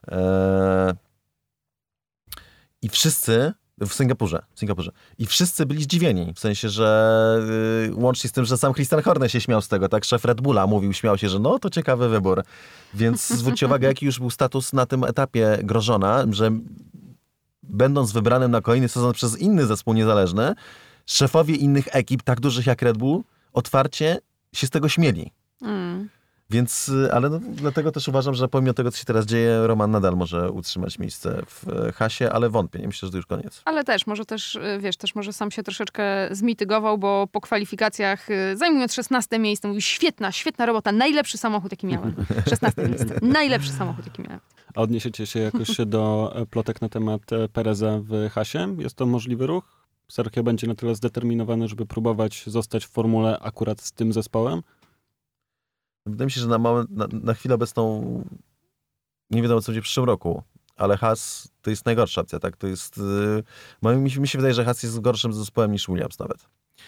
S3: I wszyscy w Singapurze. I wszyscy byli zdziwieni, w sensie, że łącznie z tym, że sam Christian Horner się śmiał z tego, tak? Szef Red Bulla śmiał się, że no to ciekawy wybór. Więc zwróćcie uwagę, jaki już był status na tym etapie Grosjeana, że będąc wybranym na kolejny sezon przez inny zespół niezależny, szefowie innych ekip, tak dużych jak Red Bull, otwarcie się z tego śmieli. Więc, ale dlatego też uważam, że pomimo tego, co się teraz dzieje, Roman nadal może utrzymać miejsce w Haasie, ale wątpię, nie myślę, że to już koniec.
S2: Ale też może sam się troszeczkę zmitygował, bo po kwalifikacjach zajmując 16 miejsce, mówił, świetna robota, najlepszy samochód, jaki miałem. 16 miejsce, najlepszy samochód, jaki miałem.
S1: A odniesiecie się jakoś do plotek na temat Pereza w Haasie? Jest to możliwy ruch? Sergio będzie na tyle zdeterminowany, żeby próbować zostać w formule akurat z tym zespołem?
S3: Wydaje mi się, że na chwilę obecną nie wiadomo, co będzie w przyszłym roku, ale Haas to jest najgorsza opcja, tak? To jest, mi się wydaje, że Haas jest gorszym zespołem niż Williams nawet.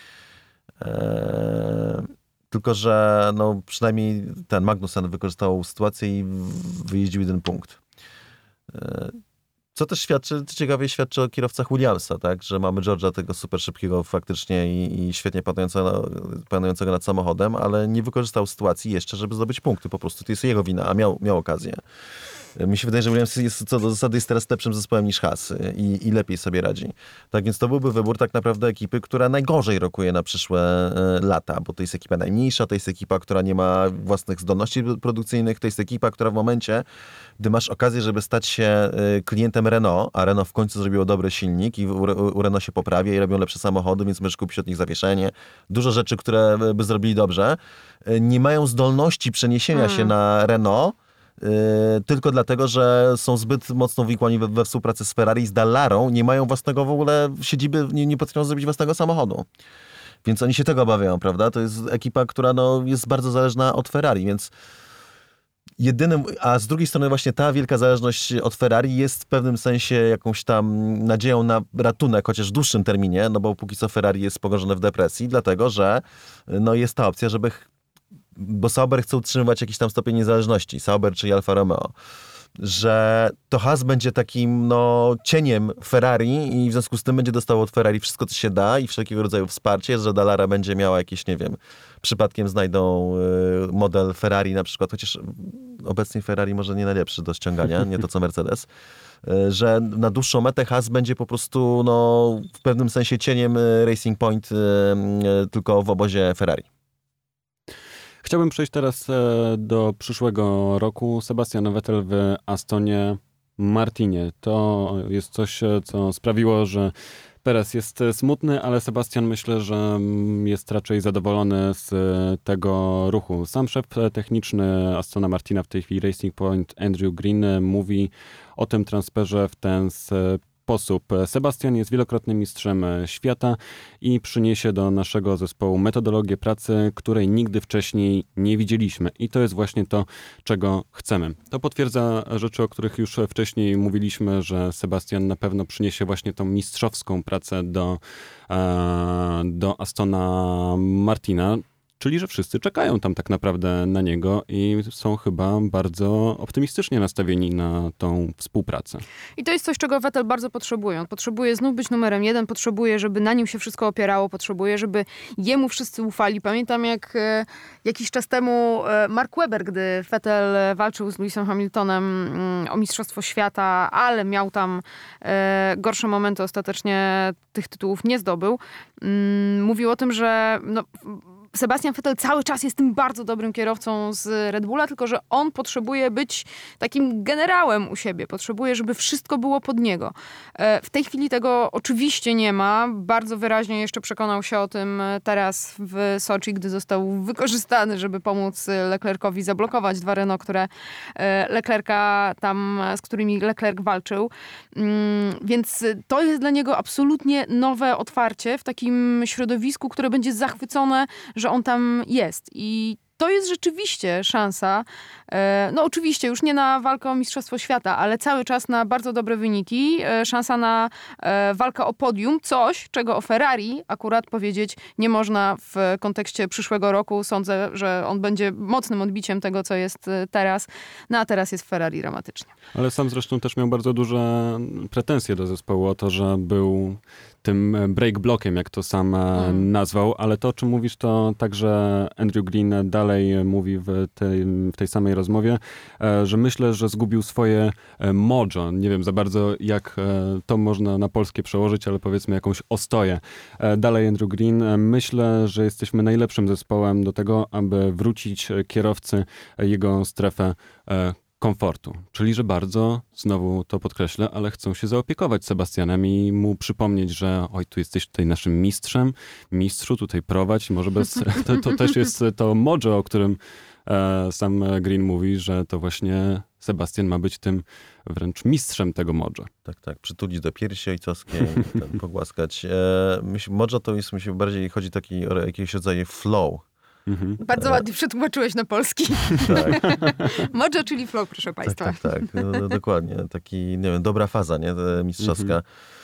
S3: Tylko, że przynajmniej ten Magnussen wykorzystał sytuację i wyjeździł 1 punkt. Co też ciekawie świadczy o kierowcach Williamsa, tak? Że mamy George'a, tego super szybkiego faktycznie i świetnie panującego nad samochodem, ale nie wykorzystał sytuacji jeszcze, żeby zdobyć punkty. Po prostu to jest jego wina, a miał okazję. Mi się wydaje, że Williams co do zasady jest teraz lepszym zespołem niż Haas i lepiej sobie radzi. Tak więc to byłby wybór tak naprawdę ekipy, która najgorzej rokuje na przyszłe lata, bo to jest ekipa najmniejsza, to jest ekipa, która nie ma własnych zdolności produkcyjnych, to jest ekipa, która w momencie, gdy masz okazję, żeby stać się klientem Renault, a Renault w końcu zrobiło dobry silnik i u Renault się poprawia i robią lepsze samochody, więc możesz kupić od nich zawieszenie. Dużo rzeczy, które by zrobili dobrze, nie mają zdolności przeniesienia się na Renault, tylko dlatego, że są zbyt mocno uwikłani we współpracy z Ferrari, z Dallarą, nie mają własnego w ogóle siedziby, nie potrafią zrobić własnego samochodu. Więc oni się tego obawiają, prawda? To jest ekipa, która jest bardzo zależna od Ferrari, więc a z drugiej strony właśnie ta wielka zależność od Ferrari jest w pewnym sensie jakąś tam nadzieją na ratunek, chociaż w dłuższym terminie, no bo póki co Ferrari jest pogrążone w depresji, dlatego że no jest ta opcja, bo Sauber chce utrzymywać jakiś tam stopień niezależności, Sauber czy Alfa Romeo, że to Haas będzie takim cieniem Ferrari i w związku z tym będzie dostało od Ferrari wszystko, co się da i wszelkiego rodzaju wsparcie, że Dallara będzie miała jakieś, nie wiem, przypadkiem znajdą model Ferrari na przykład, chociaż obecnie Ferrari może nie najlepszy do ściągania, nie to co Mercedes, że na dłuższą metę Haas będzie po prostu w pewnym sensie cieniem Racing Point tylko w obozie Ferrari.
S1: Chciałbym przejść teraz do przyszłego roku. Sebastian Vettel w Astonie Martinie. To jest coś, co sprawiło, że Perez jest smutny, ale Sebastian myślę, że jest raczej zadowolony z tego ruchu. Sam szef techniczny Astona Martina, w tej chwili Racing Point, Andrew Green, mówi o tym transferze w ten sposób. Sebastian jest wielokrotnym mistrzem świata i przyniesie do naszego zespołu metodologię pracy, której nigdy wcześniej nie widzieliśmy. I to jest właśnie to, czego chcemy. To potwierdza rzeczy, o których już wcześniej mówiliśmy, że Sebastian na pewno przyniesie właśnie tą mistrzowską pracę do Astona Martina. Czyli, że wszyscy czekają tam tak naprawdę na niego i są chyba bardzo optymistycznie nastawieni na tą współpracę.
S2: I to jest coś, czego Vettel bardzo potrzebuje. On potrzebuje znów być numerem 1, potrzebuje, żeby na nim się wszystko opierało, potrzebuje, żeby jemu wszyscy ufali. Pamiętam, jak jakiś czas temu Mark Webber, gdy Vettel walczył z Lewisem Hamiltonem o Mistrzostwo Świata, ale miał tam gorsze momenty, ostatecznie tych tytułów nie zdobył, mówił o tym, że Sebastian Vettel cały czas jest tym bardzo dobrym kierowcą z Red Bulla, tylko że on potrzebuje być takim generałem u siebie. Potrzebuje, żeby wszystko było pod niego. W tej chwili tego oczywiście nie ma. Bardzo wyraźnie jeszcze przekonał się o tym teraz w Soczi, gdy został wykorzystany, żeby pomóc Leclercowi zablokować 2 Renault, z którymi Leclerc walczył. Więc to jest dla niego absolutnie nowe otwarcie w takim środowisku, które będzie zachwycone, że on tam jest. I to jest rzeczywiście szansa, oczywiście już nie na walkę o Mistrzostwo Świata, ale cały czas na bardzo dobre wyniki, szansa na walkę o podium, coś, czego o Ferrari akurat powiedzieć nie można w kontekście przyszłego roku. Sądzę, że on będzie mocnym odbiciem tego, co jest teraz, a teraz jest w Ferrari dramatycznie.
S1: Ale sam zresztą też miał bardzo duże pretensje do zespołu o to, że był tym break blockiem, jak to sam nazwał, ale to, o czym mówisz, to także Andrew Green dalej mówi w tej samej rozmowie, że myślę, że zgubił swoje mojo. Nie wiem za bardzo, jak to można na polskie przełożyć, ale powiedzmy jakąś ostoję. Dalej Andrew Green, myślę, że jesteśmy najlepszym zespołem do tego, aby wrócić kierowcy jego strefę komfortu. Czyli, że bardzo, znowu to podkreślę, ale chcą się zaopiekować Sebastianem i mu przypomnieć, że tu jesteś tutaj naszym mistrzem, mistrzu, tutaj prowadź. Może to też jest to mojo, o którym sam Green mówi, że to właśnie Sebastian ma być tym wręcz mistrzem tego mojo.
S3: Tak, przytulić do piersi ojcowskiej, pogłaskać. Mojo to jest, mi się bardziej chodzi o jakiegoś rodzaju flow.
S2: Bardzo ładnie przetłumaczyłeś na polski.
S3: Tak.
S2: Mojo, czyli flow, proszę państwa.
S3: Tak. Dokładnie. Taki, nie wiem, dobra faza, nie? Mistrzowska.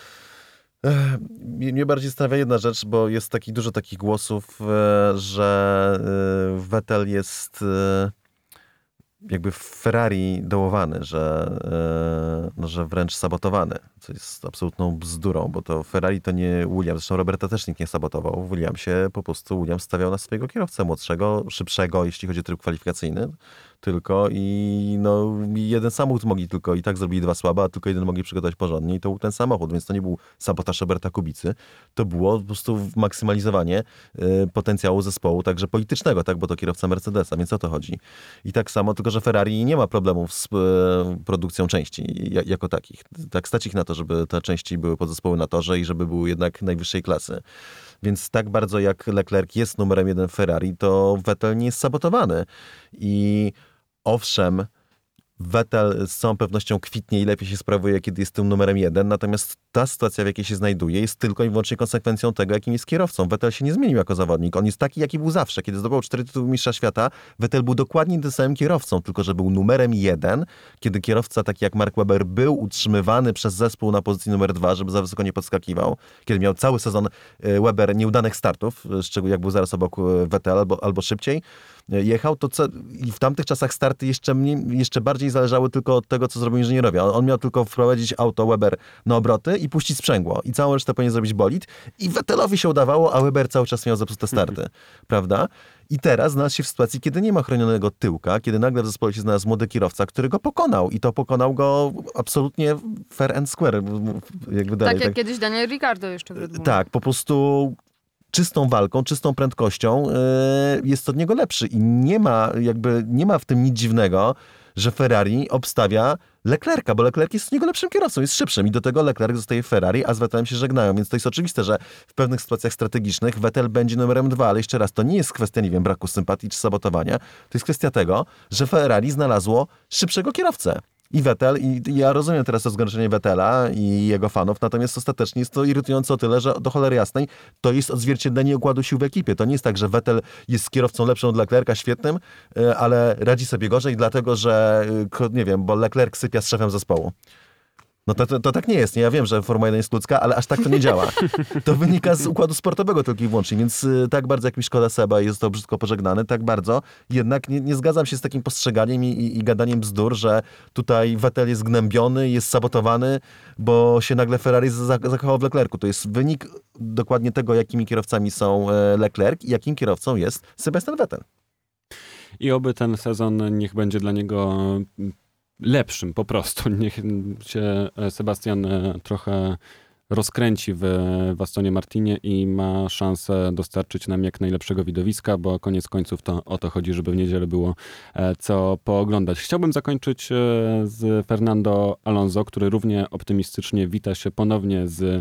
S3: Mnie bardziej zastanawia jedna rzecz, bo jest dużo takich głosów, że Vettel jest jakby w Ferrari dołowany, że wręcz sabotowany, co jest absolutną bzdurą, bo to Ferrari to nie Williams, zresztą Roberta też nikt nie sabotował. Williams stawiał na swojego kierowcę młodszego, szybszego, jeśli chodzi o tryb kwalifikacyjny, tylko i jeden samochód mogli tylko i tak zrobili 2 słabe, a tylko jeden mogli przygotować porządnie i to był ten samochód, więc to nie był sabotaż Roberta Kubicy, to było po prostu maksymalizowanie potencjału zespołu, także politycznego, tak, bo to kierowca Mercedesa, więc o to chodzi. I tak samo, tylko że Ferrari nie ma problemów z produkcją części jako takich. Tak stać ich na to, żeby te części były podzespoły na torze i żeby były jednak najwyższej klasy. Więc tak bardzo jak Leclerc jest numerem 1 w Ferrari, to Vettel nie jest sabotowany. I owszem, Vettel z całą pewnością kwitnie i lepiej się sprawuje, kiedy jest tym numerem 1, natomiast ta sytuacja, w jakiej się znajduje, jest tylko i wyłącznie konsekwencją tego, jakim jest kierowcą. Vettel się nie zmienił jako zawodnik. On jest taki, jaki był zawsze. Kiedy zdobył 4 tytuły mistrza świata, Vettel był dokładnie tym samym kierowcą, tylko że był numerem 1, kiedy kierowca taki jak Mark Webber był utrzymywany przez zespół na pozycji numer 2, żeby za wysoko nie podskakiwał. Kiedy miał cały sezon Webber nieudanych startów, szczególnie jak był zaraz obok Vettel albo szybciej jechał, to i w tamtych czasach starty jeszcze bardziej zależały tylko od tego, co zrobił inżynierowie. On miał tylko wprowadzić auto Webber na obroty i puścić sprzęgło. I całą resztę powinien zrobić bolid. I Vettelowi się udawało, a Webber cały czas miał zepsute starty. Prawda? I teraz znalazł się w sytuacji, kiedy nie ma chronionego tyłka, kiedy nagle w zespole się znalazł młody kierowca, który go pokonał. I to pokonał go absolutnie fair and square.
S2: Tak jak kiedyś Daniel Ricciardo jeszcze w Red Bullu.
S3: Tak, po prostu czystą walką, czystą prędkością jest od niego lepszy. I nie ma w tym nic dziwnego, że Ferrari obstawia Leclerca, bo Leclerc jest od niego lepszym kierowcą, jest szybszym i do tego Leclerc zostaje w Ferrari, a z Vettelem się żegnają, więc to jest oczywiste, że w pewnych sytuacjach strategicznych Vettel będzie numerem 2, ale jeszcze raz, to nie jest kwestia, nie wiem, braku sympatii czy sabotowania, to jest kwestia tego, że Ferrari znalazło szybszego kierowcę. I Vettel, i ja rozumiem teraz to zgorszenie Vettela i jego fanów, natomiast ostatecznie jest to irytujące o tyle, że do cholery jasnej to jest odzwierciedlenie układu sił w ekipie. To nie jest tak, że Vettel jest kierowcą lepszą od Leclerca, świetnym, ale radzi sobie gorzej, dlatego że, nie wiem, bo Leclerc sypia z szefem zespołu. No to tak nie jest. Nie? Ja wiem, że Formuła 1 jest ludzka, ale aż tak to nie działa. To wynika z układu sportowego tylko i wyłącznie, więc tak bardzo jak mi szkoda Seba jest to brzydko pożegnany, tak bardzo jednak nie zgadzam się z takim postrzeganiem i gadaniem bzdur, że tutaj Vettel jest gnębiony, jest sabotowany, bo się nagle Ferrari zakochało w Leclercu. To jest wynik dokładnie tego, jakimi kierowcami są Leclerc i jakim kierowcą jest Sebastian Vettel.
S1: I oby ten sezon niech będzie dla niego lepszym po prostu. Niech się Sebastian trochę rozkręci w Astonie Martinie i ma szansę dostarczyć nam jak najlepszego widowiska, bo koniec końców to o to chodzi, żeby w niedzielę było co pooglądać. Chciałbym zakończyć z Fernando Alonso, który równie optymistycznie wita się ponownie z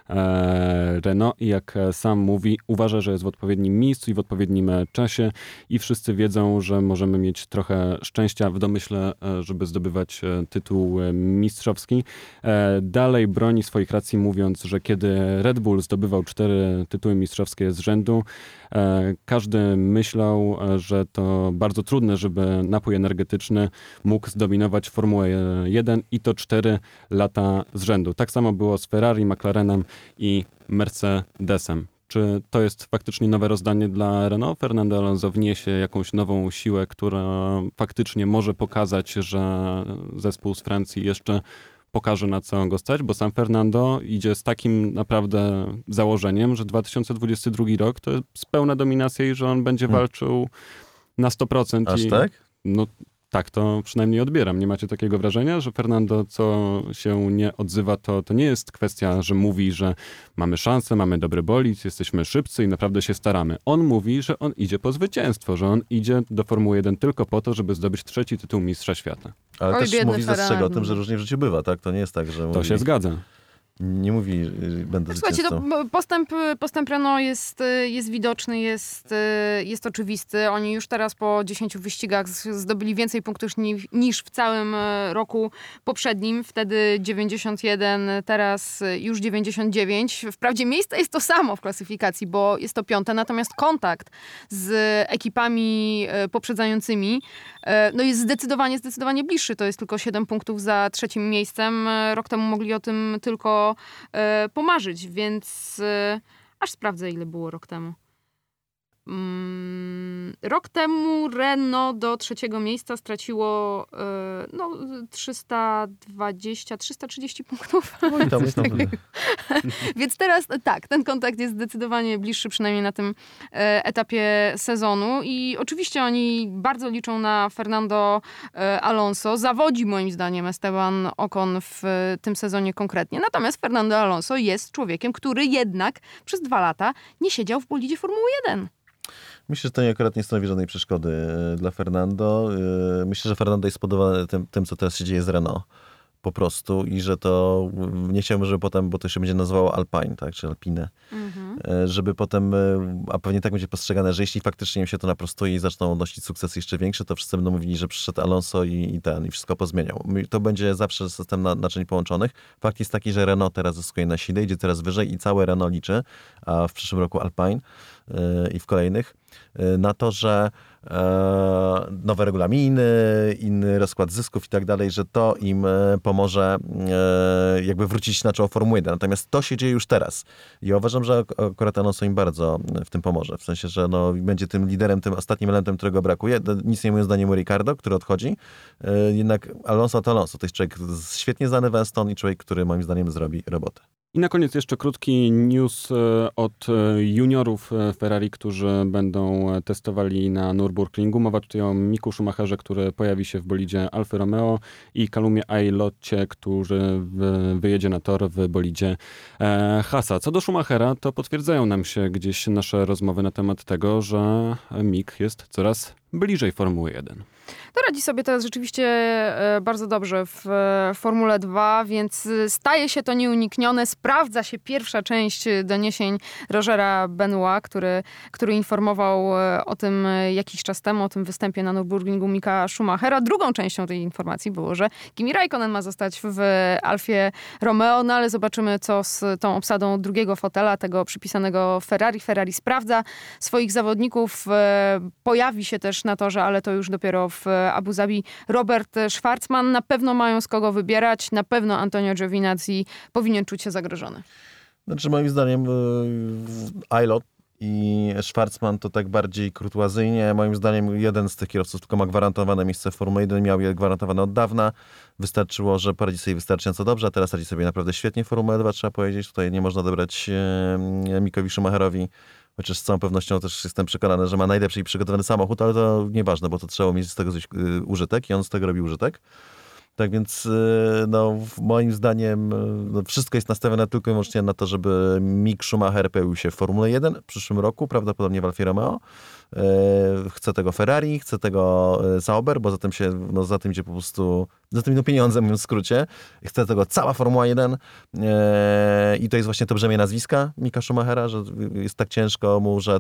S1: Renault i jak sam mówi, uważa, że jest w odpowiednim miejscu i w odpowiednim czasie i wszyscy wiedzą, że możemy mieć trochę szczęścia w domyśle, żeby zdobywać tytuł mistrzowski. Dalej broni swoich racji, mówiąc, że kiedy Red Bull zdobywał 4 tytuły mistrzowskie z rzędu, każdy myślał, że to bardzo trudne, żeby napój energetyczny mógł zdominować Formułę 1 i to 4 lata z rzędu. Tak samo było z Ferrari, McLarenem i Mercedesem. Czy to jest faktycznie nowe rozdanie dla Renault? Fernando Alonso wniesie jakąś nową siłę, która faktycznie może pokazać, że zespół z Francji jeszcze pokaże, na co go stać, bo sam Fernando idzie z takim naprawdę założeniem, że 2022 rok to jest pełna dominacja i że on będzie walczył na 100%.
S3: Aż tak?
S1: No tak to przynajmniej odbieram. Nie macie takiego wrażenia, że Fernando, co się nie odzywa, to nie jest kwestia, że mówi, że mamy szansę, mamy dobry bolid, jesteśmy szybcy i naprawdę się staramy. On mówi, że on idzie po zwycięstwo, że on idzie do Formuły 1 tylko po to, żeby zdobyć 3 tytuł mistrza świata.
S3: Ale też mówi, zastrzega o tym, że różnie w życiu bywa, tak? To nie jest tak, że
S1: To
S3: mówi...
S1: się zgadza.
S3: Nie mówi, będę
S2: Słuchajcie,
S3: zwycięzcą.
S2: postęp Renault jest widoczny, jest oczywisty. Oni już teraz po 10 wyścigach zdobyli więcej punktów niż w całym roku poprzednim. Wtedy 91, teraz już 99. Wprawdzie miejsce jest to samo w klasyfikacji, bo jest to 5. Natomiast kontakt z ekipami poprzedzającymi no jest zdecydowanie bliższy. To jest tylko 7 punktów za 3. miejscem. Rok temu mogli o tym tylko pomarzyć, więc aż sprawdzę, ile było rok temu. Rok temu Renault do 3. miejsca straciło 330 punktów.
S3: Oj, tam jest
S2: Więc teraz tak, ten kontakt jest zdecydowanie bliższy, przynajmniej na tym etapie sezonu i oczywiście oni bardzo liczą na Fernando Alonso. Zawodzi moim zdaniem Esteban Ocon w tym sezonie konkretnie. Natomiast Fernando Alonso jest człowiekiem, który jednak przez 2 lata nie siedział w bolidzie Formuły 1.
S3: Myślę, że to akurat nie stanowi żadnej przeszkody dla Fernando. Myślę, że Fernando jest spodobany tym, co teraz się dzieje z Renault. po prostu i że to nie chciałbym, żeby potem, bo to się będzie nazywało Alpine, tak, czy Alpine, żeby potem, a pewnie tak będzie postrzegane, że jeśli faktycznie im się to naprostuje i zaczną odnosić sukcesy jeszcze większe, to wszyscy będą mówili, że przyszedł Alonso i wszystko pozmieniał. To będzie zawsze system naczyń połączonych. Fakt jest taki, że Renault teraz zyskuje na sile, idzie teraz wyżej i całe Renault liczy, a w przyszłym roku Alpine i w kolejnych, na to, że nowe regulaminy, inny rozkład zysków i tak dalej, że to im pomoże jakby wrócić na czoło Formuły 1. Natomiast to się dzieje już teraz. I ja uważam, że akurat Alonso im bardzo w tym pomoże. W sensie, że będzie tym liderem, tym ostatnim elementem, którego brakuje. Nic nie mówiąc zdaniem Ricardo, który odchodzi. Jednak Alonso to Alonso. To jest człowiek świetnie znany w Aston i człowiek, który moim zdaniem zrobi robotę.
S1: I na koniec jeszcze krótki news od juniorów Ferrari, którzy będą testowali na Nürburgringu. Mowa tutaj o Miku Schumacherze, który pojawi się w bolidzie Alfy Romeo i Calumie Aylotcie, który wyjedzie na tor w bolidzie Haasa. Co do Schumachera, to potwierdzają nam się gdzieś nasze rozmowy na temat tego, że Mick jest coraz bliżej Formuły 1.
S2: To radzi sobie teraz rzeczywiście bardzo dobrze w Formule 2, więc staje się to nieuniknione. Sprawdza się pierwsza część doniesień Rogera Benoit, który informował o tym jakiś czas temu, o tym występie na Nürburgringu Micka Schumachera. Drugą częścią tej informacji było, że Kimi Räikkönen ma zostać w Alfie Romeo, no ale zobaczymy, co z tą obsadą drugiego fotela, tego przypisanego Ferrari. Ferrari sprawdza swoich zawodników. Pojawi się też na torze, ale to już dopiero w Abu Zabi, Robert Schwarzman. Na pewno mają z kogo wybierać. Na pewno Antonio Giovinazzi powinien czuć się zagrożony.
S3: Znaczy moim zdaniem Aylot i Schwarzman to tak bardziej kurtuazyjnie. Moim zdaniem jeden z tych kierowców tylko ma gwarantowane miejsce w Formule 1. Miał je gwarantowane od dawna. Wystarczyło, że poradzi sobie wystarczająco dobrze, a teraz radzi sobie naprawdę świetnie w Formule 2, trzeba powiedzieć. Tutaj nie można dobrać Mickowi Schumacherowi. Chociaż z całą pewnością też jestem przekonany, że ma najlepszy i przygotowany samochód, ale to nieważne, bo to trzeba mieć z tego użytek i on z tego robi użytek. Tak więc moim zdaniem wszystko jest nastawione tylko i wyłącznie na to, żeby Mick Schumacher pojawił się w Formule 1 w przyszłym roku, prawdopodobnie w Alfie Romeo. Chce tego Ferrari, chce tego Sauber, bo za tym idzie po prostu, za tym idą pieniądze, mówiąc w skrócie. Chce tego cała Formuła 1 i to jest właśnie to brzemię nazwiska Micka Schumachera, że jest tak ciężko mu, że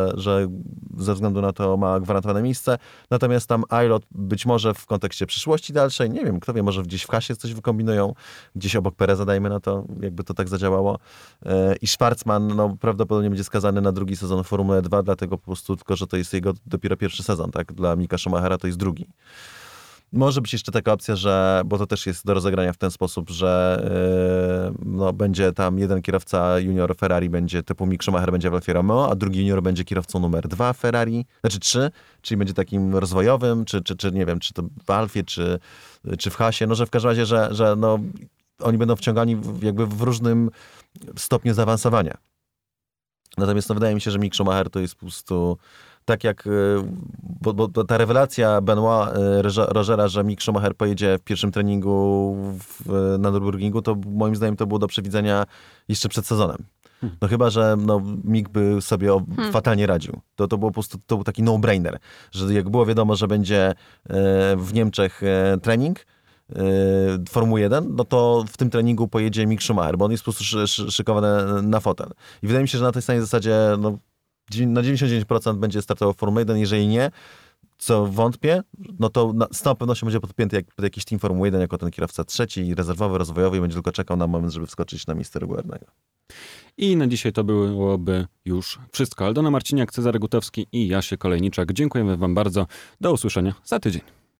S3: ze względu na to ma gwarantowane miejsce. Natomiast tam Aylot być może w kontekście przyszłości dalszej, nie wiem, kto wie, może gdzieś w Haasie coś wykombinują, gdzieś obok Pereza, dajmy na to, jakby to tak zadziałało. I Schwarzman prawdopodobnie będzie skazany na drugi sezon Formuły 2, dlatego po prostu tylko, że to jest jego dopiero pierwszy sezon, tak? Dla Micka Schumachera to jest drugi. Może być jeszcze taka opcja, bo to też jest do rozegrania w ten sposób, że będzie tam jeden kierowca junior Ferrari będzie typu Mick Schumacher będzie w Alfie Romeo, a drugi junior będzie kierowcą numer 2 Ferrari, znaczy 3, czyli będzie takim rozwojowym, czy nie wiem, czy to w Alfie, czy w Haasie, że w każdym razie, że oni będą wciągani jakby w różnym stopniu zaawansowania. Natomiast wydaje mi się, że Mick Schumacher to jest po prostu tak jak, bo ta rewelacja Benoit Rogera, że Mick Schumacher pojedzie w pierwszym treningu na Nürburgringu, to moim zdaniem to było do przewidzenia jeszcze przed sezonem. Chyba, że Mick by sobie fatalnie radził. To było po prostu, to był taki no-brainer, że jak było wiadomo, że będzie w Niemczech trening Formuły 1, to w tym treningu pojedzie Mick Schumacher, bo on jest po prostu szykowany na fotel. I wydaje mi się, że na tej samej zasadzie na 99% będzie startował w Formule 1, jeżeli nie, co wątpię, to z całą pewnością będzie podpięty pod jakiś team Formuły 1 jako ten kierowca trzeci, rezerwowy, rozwojowy i będzie tylko czekał na moment, żeby wskoczyć na miejsce regularnego.
S1: I na dzisiaj to byłoby już wszystko. Aldona Marciniak, Cezary Gutowski i Jasiek Olejniczak. Dziękujemy wam bardzo. Do usłyszenia za tydzień.